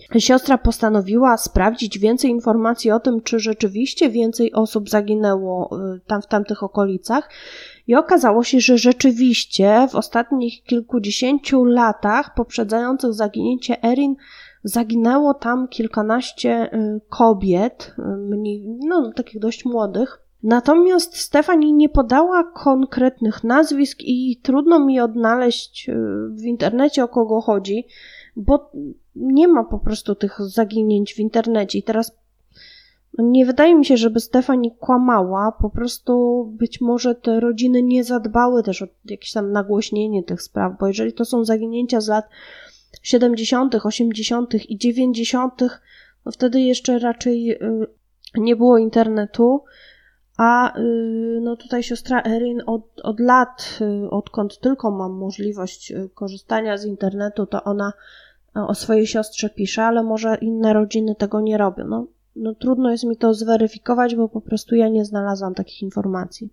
Siostra postanowiła sprawdzić więcej informacji o tym, czy rzeczywiście więcej osób zaginęło tam w tamtych okolicach i okazało się, że rzeczywiście w ostatnich kilkudziesięciu latach poprzedzających zaginięcie Erin zaginęło tam kilkanaście kobiet, no takich dość młodych. Natomiast Stephanie nie podała konkretnych nazwisk i trudno mi odnaleźć w internecie, o kogo chodzi, bo nie ma po prostu tych zaginięć w internecie. I teraz nie wydaje mi się, żeby Stephanie kłamała, po prostu być może te rodziny nie zadbały też o jakieś tam nagłośnienie tych spraw, bo jeżeli to są zaginięcia z lat siedemdziesiątych, osiemdziesiątych i dziewięćdziesiątych, no wtedy jeszcze raczej nie było internetu, a no tutaj siostra Erin od, od lat, odkąd tylko mam możliwość korzystania z internetu, to ona o swojej siostrze pisze, ale może inne rodziny tego nie robią. No, no trudno jest mi to zweryfikować, bo po prostu ja nie znalazłam takich informacji.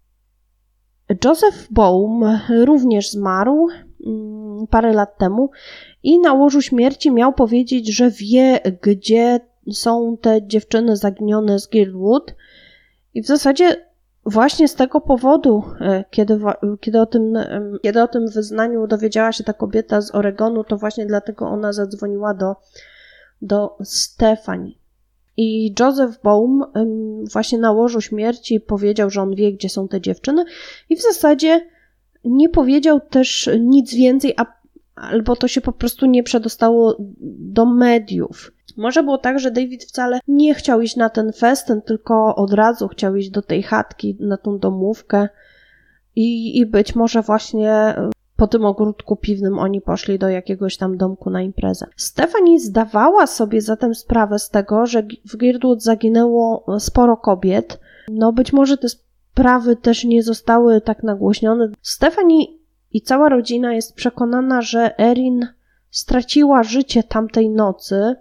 Joseph Baum również zmarł parę lat temu i na łożu śmierci miał powiedzieć, że wie, gdzie są te dziewczyny zaginione z Girdwood. I w zasadzie właśnie z tego powodu, kiedy, kiedy, o tym, kiedy o tym wyznaniu dowiedziała się ta kobieta z Oregonu, to właśnie dlatego ona zadzwoniła do, do Stephanie. I Joseph Baum właśnie na łożu śmierci powiedział, że on wie, gdzie są te dziewczyny i w zasadzie nie powiedział też nic więcej, a, albo to się po prostu nie przedostało do mediów. Może było tak, że David wcale nie chciał iść na ten festyn, tylko od razu chciał iść do tej chatki, na tą domówkę i, i być może właśnie po tym ogródku piwnym oni poszli do jakiegoś tam domku na imprezę. Stephanie zdawała sobie zatem sprawę z tego, że w Girdwood zaginęło sporo kobiet. No być może te sprawy też nie zostały tak nagłośnione. Stephanie i cała rodzina jest przekonana, że Erin straciła życie tamtej nocy,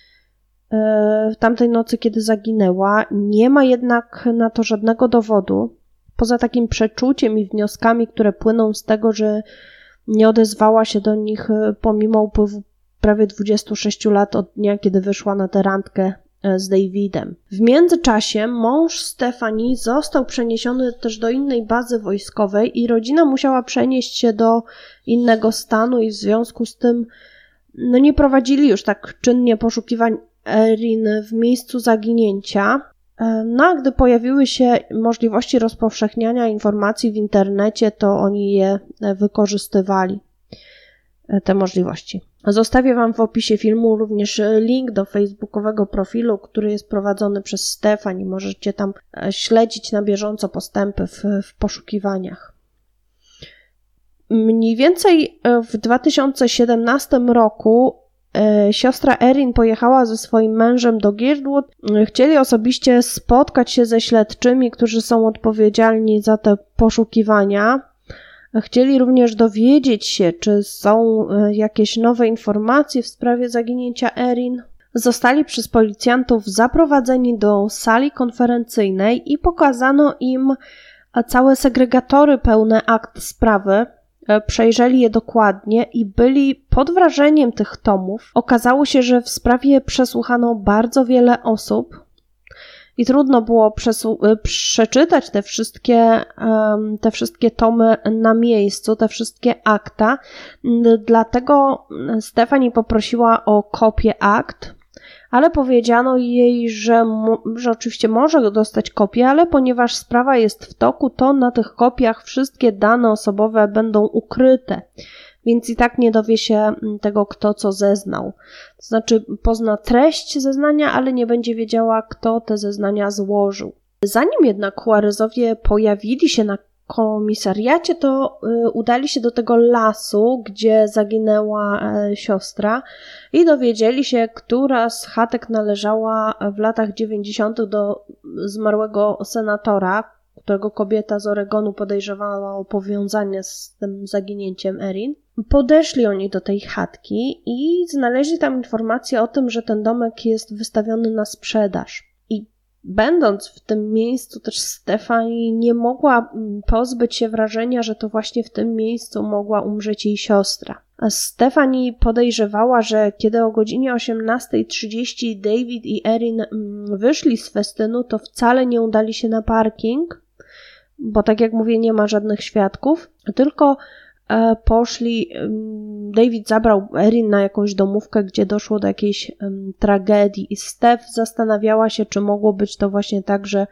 w tamtej nocy, kiedy zaginęła. Nie ma jednak na to żadnego dowodu, poza takim przeczuciem i wnioskami, które płyną z tego, że nie odezwała się do nich pomimo upływu prawie dwudziestu sześciu lat od dnia, kiedy wyszła na tę randkę z Davidem. W międzyczasie mąż Stephanie został przeniesiony też do innej bazy wojskowej i rodzina musiała przenieść się do innego stanu i w związku z tym no nie prowadzili już tak czynnie poszukiwań Erin w miejscu zaginięcia. No a gdy pojawiły się możliwości rozpowszechniania informacji w internecie, to oni je wykorzystywali, te możliwości. Zostawię Wam w opisie filmu również link do facebookowego profilu, który jest prowadzony przez Stephanie. Możecie tam śledzić na bieżąco postępy w, w poszukiwaniach. Mniej więcej w dwa tysiące siedemnastym roku siostra Erin pojechała ze swoim mężem do Girdwood. Chcieli osobiście spotkać się ze śledczymi, którzy są odpowiedzialni za te poszukiwania. Chcieli również dowiedzieć się, czy są jakieś nowe informacje w sprawie zaginięcia Erin. Zostali przez policjantów zaprowadzeni do sali konferencyjnej i pokazano im całe segregatory pełne akt sprawy. Przejrzeli je dokładnie i byli pod wrażeniem tych tomów. Okazało się, że w sprawie przesłuchano bardzo wiele osób i trudno było przesu- przeczytać te wszystkie, um, te wszystkie tomy na miejscu, te wszystkie akta. Dlatego Stephanie poprosiła o kopię akt, ale powiedziano jej, że, mo- że oczywiście może dostać kopię, ale ponieważ sprawa jest w toku, to na tych kopiach wszystkie dane osobowe będą ukryte, więc i tak nie dowie się tego, kto co zeznał. To znaczy pozna treść zeznania, ale nie będzie wiedziała, kto te zeznania złożył. Zanim jednak Juarrezowie pojawili się na komisariacie, to udali się do tego lasu, gdzie zaginęła siostra i dowiedzieli się, która z chatek należała w latach dziewięćdziesiątych do zmarłego senatora, którego kobieta z Oregonu podejrzewała o powiązanie z tym zaginięciem Erin. Podeszli oni do tej chatki i znaleźli tam informację o tym, że ten domek jest wystawiony na sprzedaż. Będąc w tym miejscu też Stephanie nie mogła pozbyć się wrażenia, że to właśnie w tym miejscu mogła umrzeć jej siostra. Stephanie podejrzewała, że kiedy o godzinie osiemnasta trzydzieści David i Erin wyszli z festynu, to wcale nie udali się na parking, bo tak jak mówię, nie ma żadnych świadków, tylko poszli, David zabrał Erin na jakąś domówkę, gdzie doszło do jakiejś um, tragedii i Steph zastanawiała się, czy mogło być to właśnie tak, że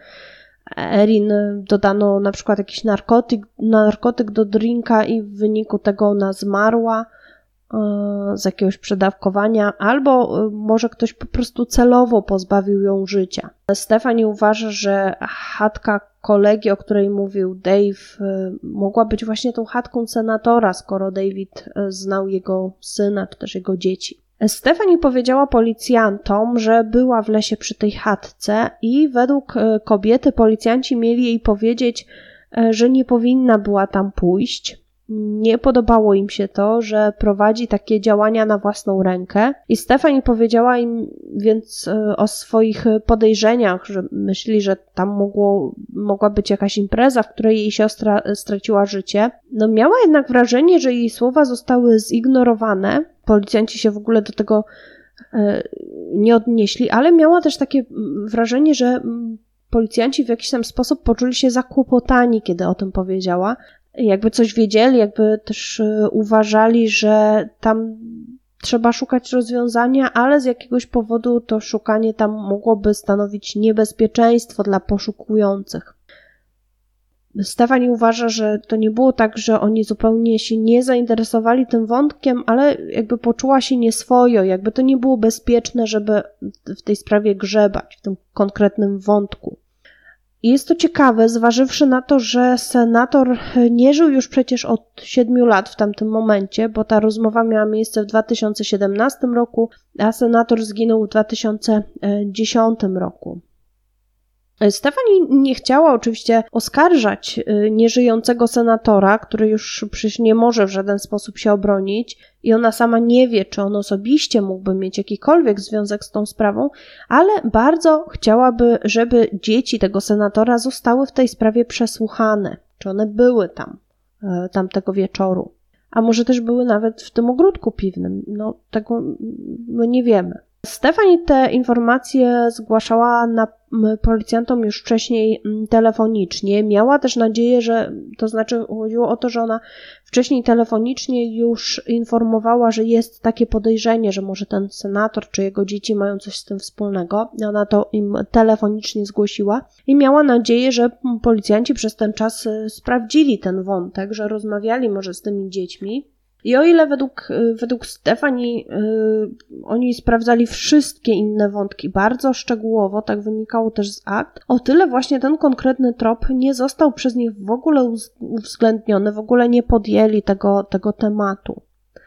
Erin dodano na przykład jakiś narkotyk, narkotyk do drinka i w wyniku tego ona zmarła e, z jakiegoś przedawkowania, albo e, może ktoś po prostu celowo pozbawił ją życia. Stephanie uważa, że chatka kolegi, o której mówił Dave, e, mogła być właśnie tą chatką senatora, skoro David e, znał jego syna, czy też jego dzieci. Stephanie powiedziała policjantom, że była w lesie przy tej chatce i według kobiety policjanci mieli jej powiedzieć, że nie powinna była tam pójść. Nie podobało im się to, że prowadzi takie działania na własną rękę i Stephanie powiedziała im więc o swoich podejrzeniach, że myśli, że tam mogło, mogła być jakaś impreza, w której jej siostra straciła życie. No miała jednak wrażenie, że jej słowa zostały zignorowane. Policjanci się w ogóle do tego e, nie odnieśli, ale miała też takie wrażenie, że policjanci w jakiś tam sposób poczuli się zakłopotani, kiedy o tym powiedziała. Jakby coś wiedzieli, jakby też e, uważali, że tam trzeba szukać rozwiązania, ale z jakiegoś powodu to szukanie tam mogłoby stanowić niebezpieczeństwo dla poszukujących. Stephanie uważa, że to nie było tak, że oni zupełnie się nie zainteresowali tym wątkiem, ale jakby poczuła się nieswojo, jakby to nie było bezpieczne, żeby w tej sprawie grzebać, w tym konkretnym wątku. I jest to ciekawe, zważywszy na to, że senator nie żył już przecież od siedmiu lat w tamtym momencie, bo ta rozmowa miała miejsce w dwa tysiące siedemnastym roku, a senator zginął w dwa tysiące dziesiątym roku. Stephanie nie chciała oczywiście oskarżać nieżyjącego senatora, który już przecież nie może w żaden sposób się obronić i ona sama nie wie, czy on osobiście mógłby mieć jakikolwiek związek z tą sprawą, ale bardzo chciałaby, żeby dzieci tego senatora zostały w tej sprawie przesłuchane, czy one były tam tamtego wieczoru, a może też były nawet w tym ogródku piwnym, no tego my nie wiemy. Stephanie te informacje zgłaszała na policjantom już wcześniej telefonicznie. Miała też nadzieję, że, to znaczy chodziło o to, że ona wcześniej telefonicznie już informowała, że jest takie podejrzenie, że może ten senator czy jego dzieci mają coś z tym wspólnego. Ona to im telefonicznie zgłosiła i miała nadzieję, że policjanci przez ten czas sprawdzili ten wątek, że rozmawiali może z tymi dziećmi. I o ile według, według Stephanie yy, oni sprawdzali wszystkie inne wątki bardzo szczegółowo, tak wynikało też z akt, o tyle właśnie ten konkretny trop nie został przez nich w ogóle uwzględniony, w ogóle nie podjęli tego, tego tematu.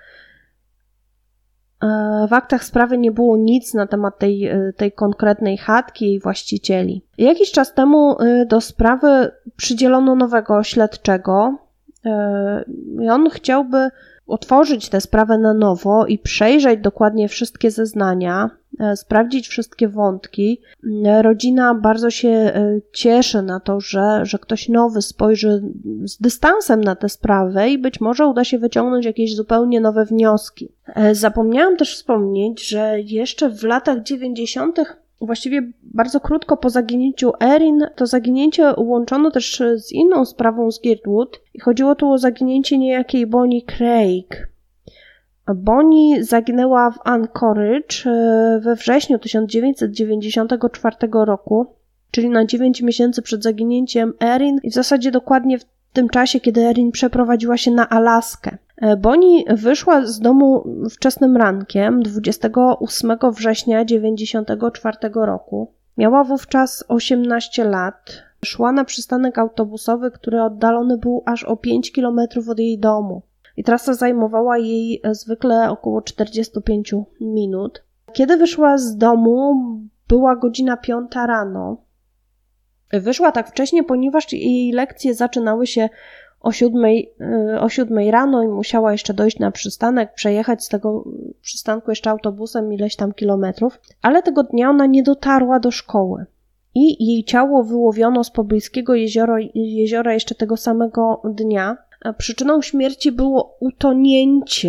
W aktach sprawy nie było nic na temat tej, tej konkretnej chatki i jej właścicieli. Jakiś czas temu do sprawy przydzielono nowego śledczego i on chciałby otworzyć tę sprawę na nowo i przejrzeć dokładnie wszystkie zeznania, sprawdzić wszystkie wątki. Rodzina bardzo się cieszy na to, że, że ktoś nowy spojrzy z dystansem na tę sprawę i być może uda się wyciągnąć jakieś zupełnie nowe wnioski. Zapomniałam też wspomnieć, że jeszcze w latach dziewięćdziesiątych właściwie bardzo krótko po zaginięciu Erin, to zaginięcie łączono też z inną sprawą z Girdwood i chodziło tu o zaginięcie niejakiej Bonnie Craig. Bonnie zaginęła w Anchorage we wrześniu tysiąc dziewięćset dziewięćdziesiątego czwartego roku, czyli na dziewięć miesięcy przed zaginięciem Erin i w zasadzie dokładnie w tym czasie, kiedy Erin przeprowadziła się na Alaskę. Bonnie wyszła z domu wczesnym rankiem dwudziestego ósmego września dziewięćdziesiątego czwartego roku. Miała wówczas osiemnaście lat. Szła na przystanek autobusowy, który oddalony był aż o pięć kilometrów od jej domu. I trasa zajmowała jej zwykle około czterdzieści pięć minut. Kiedy wyszła z domu, była godzina piąta rano. Wyszła tak wcześnie, ponieważ jej lekcje zaczynały się o siódmej, o siódmej rano i musiała jeszcze dojść na przystanek, przejechać z tego przystanku jeszcze autobusem ileś tam kilometrów, ale tego dnia ona nie dotarła do szkoły i jej ciało wyłowiono z pobliskiego jeziora, jeziora jeszcze tego samego dnia. A przyczyną śmierci było utonięcie.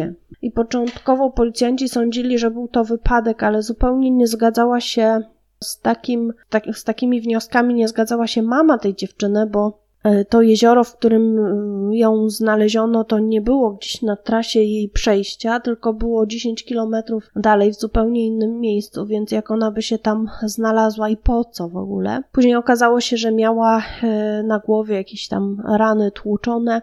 i początkowo policjanci sądzili, że był to wypadek, ale zupełnie nie zgadzała się z, takim, tak, z takimi wnioskami, nie zgadzała się mama tej dziewczyny, bo to jezioro, w którym ją znaleziono, to nie było gdzieś na trasie jej przejścia, tylko było dziesięć kilometrów dalej, w zupełnie innym miejscu, więc jak ona by się tam znalazła i po co w ogóle. Później okazało się, że miała na głowie jakieś tam rany tłuczone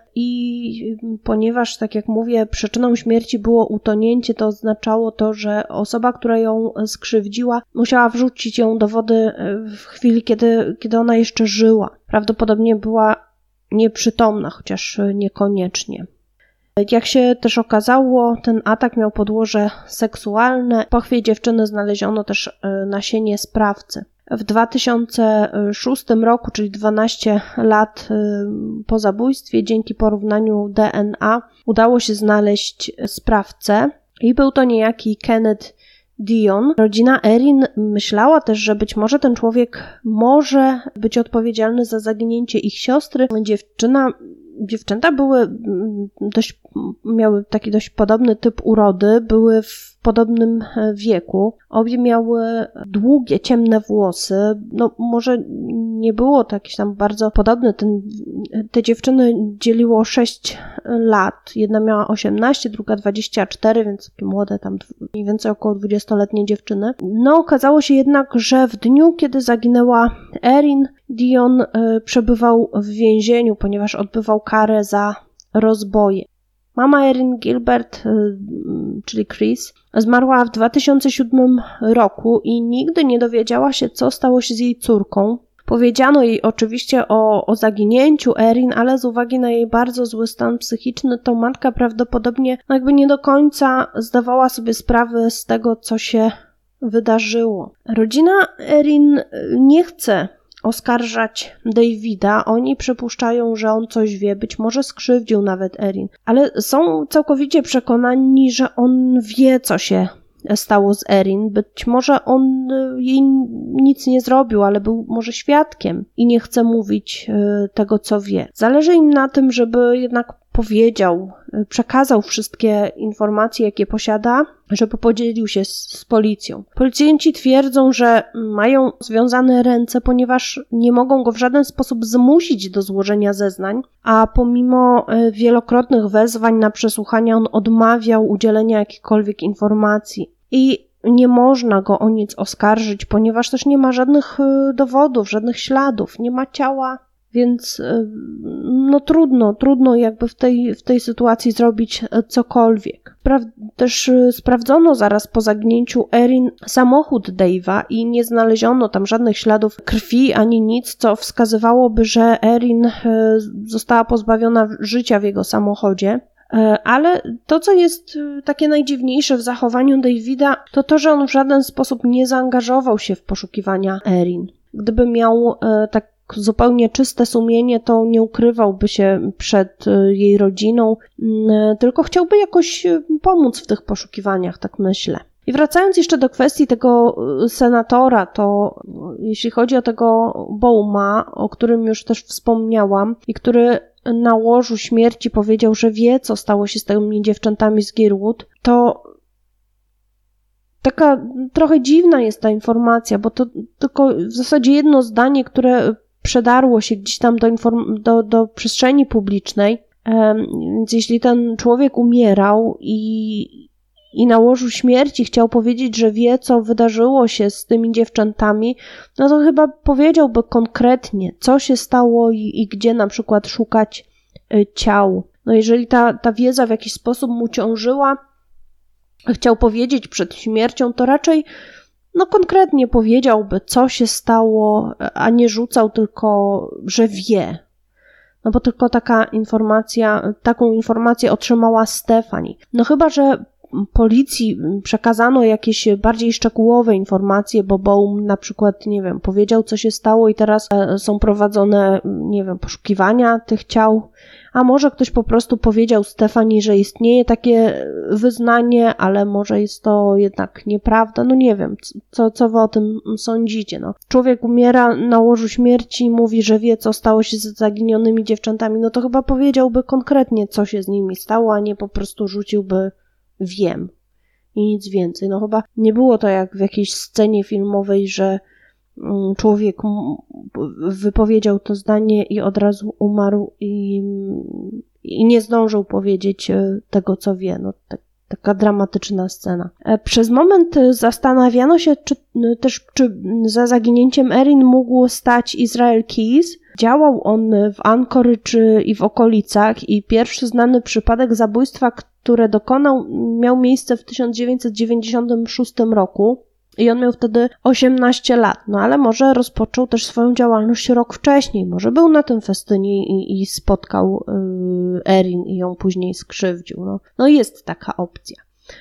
i ponieważ, tak jak mówię, przyczyną śmierci było utonięcie, to oznaczało to, że osoba, która ją skrzywdziła, musiała wrzucić ją do wody w chwili, kiedy, kiedy ona jeszcze żyła. Prawdopodobnie była nieprzytomna, chociaż niekoniecznie. Jak się też okazało, ten atak miał podłoże seksualne. W pochwie dziewczyny znaleziono też nasienie sprawcy. W dwa tysiące szóstym roku, czyli dwanaście lat po zabójstwie, dzięki porównaniu D N A udało się znaleźć sprawcę i był to niejaki Kenneth Dion. Rodzina Erin myślała też, że być może ten człowiek może być odpowiedzialny za zaginięcie ich siostry. Dziewczyna, dziewczęta były dość, miały taki dość podobny typ urody, były w podobnym wieku. Obie miały długie, ciemne włosy. No może nie było to jakieś tam bardzo podobne. Ten, te dziewczyny dzieliło sześć lat. Jedna miała osiemnaście, druga dwadzieścia cztery, więc takie młode, tam mniej więcej około dwudziestoletnie dziewczyny. No okazało się jednak, że w dniu, kiedy zaginęła Erin, Dion y, przebywał w więzieniu, ponieważ odbywał karę za rozboje. Mama Erin Gilbert, czyli Chris, zmarła w dwa tysiące siódmym roku i nigdy nie dowiedziała się, co stało się z jej córką. Powiedziano jej oczywiście o, o zaginięciu Erin, ale z uwagi na jej bardzo zły stan psychiczny, to matka prawdopodobnie jakby nie do końca zdawała sobie sprawę z tego, co się wydarzyło. Rodzina Erin nie chce oskarżać Davida. Oni przypuszczają, że on coś wie, być może skrzywdził nawet Erin, ale są całkowicie przekonani, że on wie, co się stało z Erin. Być może on jej nic nie zrobił, ale był może świadkiem i nie chce mówić tego, co wie. Zależy im na tym, żeby jednak powiedział, przekazał wszystkie informacje, jakie posiada, żeby podzielił się z, z policją. Policjanci twierdzą, że mają związane ręce, ponieważ nie mogą go w żaden sposób zmusić do złożenia zeznań, a pomimo wielokrotnych wezwań na przesłuchania on odmawiał udzielenia jakichkolwiek informacji. I nie można go o nic oskarżyć, ponieważ też nie ma żadnych dowodów, żadnych śladów, nie ma ciała. Więc no trudno, trudno jakby w tej, w tej sytuacji zrobić cokolwiek. Pra- też sprawdzono zaraz po zaginięciu Erin samochód Dave'a i nie znaleziono tam żadnych śladów krwi ani nic, co wskazywałoby, że Erin została pozbawiona życia w jego samochodzie. Ale to, co jest takie najdziwniejsze w zachowaniu Davida, to to, że on w żaden sposób nie zaangażował się w poszukiwania Erin. Gdyby miał tak zupełnie czyste sumienie, to nie ukrywałby się przed jej rodziną, tylko chciałby jakoś pomóc w tych poszukiwaniach, tak myślę. I wracając jeszcze do kwestii tego senatora, to jeśli chodzi o tego Bouma, o którym już też wspomniałam i który na łożu śmierci powiedział, że wie, co stało się z tymi dziewczętami z Girwood, to taka trochę dziwna jest ta informacja, bo to tylko w zasadzie jedno zdanie, które przedarło się gdzieś tam do, inform- do, do przestrzeni publicznej, więc jeśli ten człowiek umierał i, i na łożu śmierci chciał powiedzieć, że wie, co wydarzyło się z tymi dziewczętami, no to chyba powiedziałby konkretnie, co się stało i, i gdzie na przykład szukać y, ciał. No jeżeli ta, ta wiedza w jakiś sposób mu ciążyła, chciał powiedzieć przed śmiercią, to raczej no konkretnie powiedziałby, co się stało, a nie rzucał tylko, że wie. No bo tylko taka informacja, taką informację otrzymała Stephanie. No chyba, że policji przekazano jakieś bardziej szczegółowe informacje, bo Boum na przykład, nie wiem, powiedział, co się stało i teraz są prowadzone, nie wiem, poszukiwania tych ciał, a może ktoś po prostu powiedział Stephanie, że istnieje takie wyznanie, ale może jest to jednak nieprawda, no nie wiem, co, co wy o tym sądzicie, no. Człowiek umiera na łożu śmierci i mówi, że wie, co stało się z zaginionymi dziewczętami, no to chyba powiedziałby konkretnie, co się z nimi stało, a nie po prostu rzuciłby wiem i nic więcej. No chyba nie było to jak w jakiejś scenie filmowej, że człowiek wypowiedział to zdanie i od razu umarł i, i nie zdążył powiedzieć tego, co wie. No, tak, taka dramatyczna scena. Przez moment zastanawiano się, czy też czy za zaginięciem Erin mógł stać Israel Keyes. Działał on w Anchorage i w okolicach i pierwszy znany przypadek zabójstwa, które dokonał, miał miejsce w tysiąc dziewięćset dziewięćdziesiątym szóstym roku. I on miał wtedy osiemnaście lat, no ale może rozpoczął też swoją działalność rok wcześniej, może był na tym festynie i, i spotkał yy, Erin i ją później skrzywdził. No, no jest taka opcja.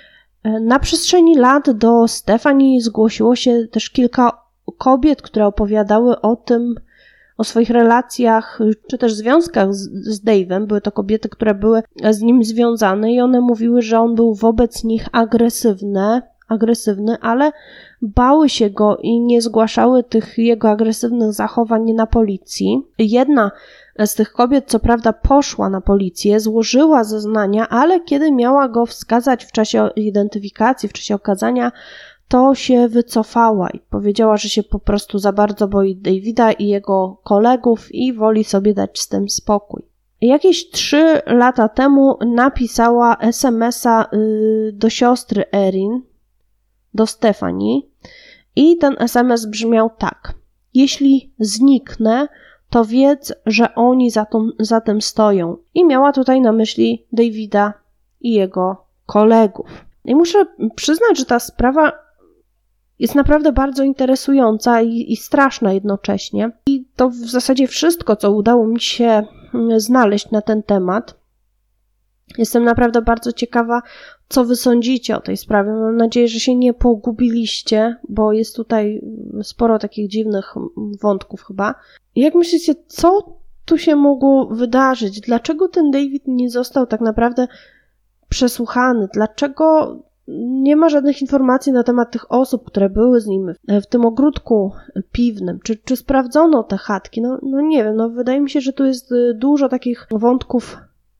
Na przestrzeni lat do Stephanie zgłosiło się też kilka kobiet, które opowiadały o tym, o swoich relacjach, czy też związkach z, z Dave'em. Były to kobiety, które były z nim związane i one mówiły, że on był wobec nich agresywny, agresywny, ale bały się go i nie zgłaszały tych jego agresywnych zachowań na policji. Jedna z tych kobiet, co prawda, poszła na policję, złożyła zeznania, ale kiedy miała go wskazać w czasie identyfikacji, w czasie okazania, to się wycofała i powiedziała, że się po prostu za bardzo boi Davida i jego kolegów i woli sobie dać z tym spokój. Jakieś trzy lata temu napisała es em es a do siostry Erin, do Stephanie i ten es em es brzmiał tak: jeśli zniknę, to wiedz, że oni za, tą, za tym stoją. I miała tutaj na myśli Davida i jego kolegów. I muszę przyznać, że ta sprawa jest naprawdę bardzo interesująca i, i straszna jednocześnie. I to w zasadzie wszystko, co udało mi się znaleźć na ten temat. Jestem naprawdę bardzo ciekawa, co wy sądzicie o tej sprawie. Mam nadzieję, że się nie pogubiliście, bo jest tutaj sporo takich dziwnych wątków chyba. Jak myślicie, co tu się mogło wydarzyć? Dlaczego ten David nie został tak naprawdę przesłuchany? Dlaczego nie ma żadnych informacji na temat tych osób, które były z nim w tym ogródku piwnym? Czy, czy sprawdzono te chatki? No, no nie wiem, no wydaje mi się, że tu jest dużo takich wątków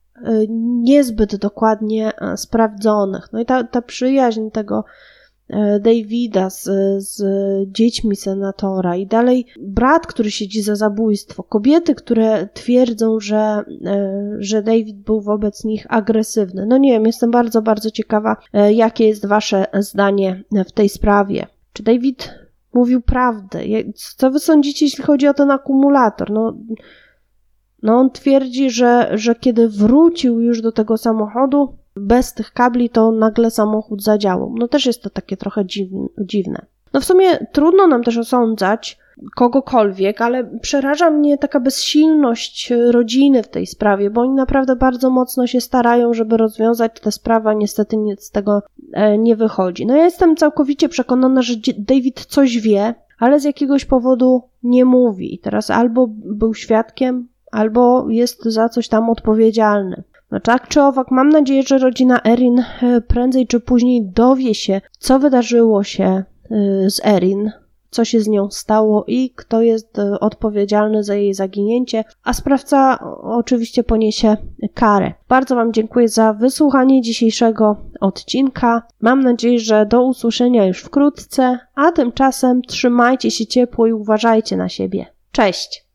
niezbyt dokładnie sprawdzonych. No i ta, ta przyjaźń tego Davida z, z dziećmi senatora i dalej brat, który siedzi za zabójstwo, kobiety, które twierdzą, że, że David był wobec nich agresywny. No nie wiem, jestem bardzo, bardzo ciekawa, jakie jest wasze zdanie w tej sprawie. Czy David mówił prawdę? Co wy sądzicie, jeśli chodzi o ten akumulator? No No on twierdzi, że, że kiedy wrócił już do tego samochodu bez tych kabli, to nagle samochód zadziałał. No też jest to takie trochę dziwne. No w sumie trudno nam też osądzać kogokolwiek, ale przeraża mnie taka bezsilność rodziny w tej sprawie, bo oni naprawdę bardzo mocno się starają, żeby rozwiązać tę sprawę, niestety nic z tego nie wychodzi. No ja jestem całkowicie przekonana, że David coś wie, ale z jakiegoś powodu nie mówi. I teraz albo był świadkiem, albo jest za coś tam odpowiedzialny. No tak czy owak, mam nadzieję, że rodzina Erin prędzej czy później dowie się, co wydarzyło się z Erin, co się z nią stało i kto jest odpowiedzialny za jej zaginięcie, a sprawca oczywiście poniesie karę. Bardzo wam dziękuję za wysłuchanie dzisiejszego odcinka. Mam nadzieję, że do usłyszenia już wkrótce, a tymczasem trzymajcie się ciepło i uważajcie na siebie. Cześć!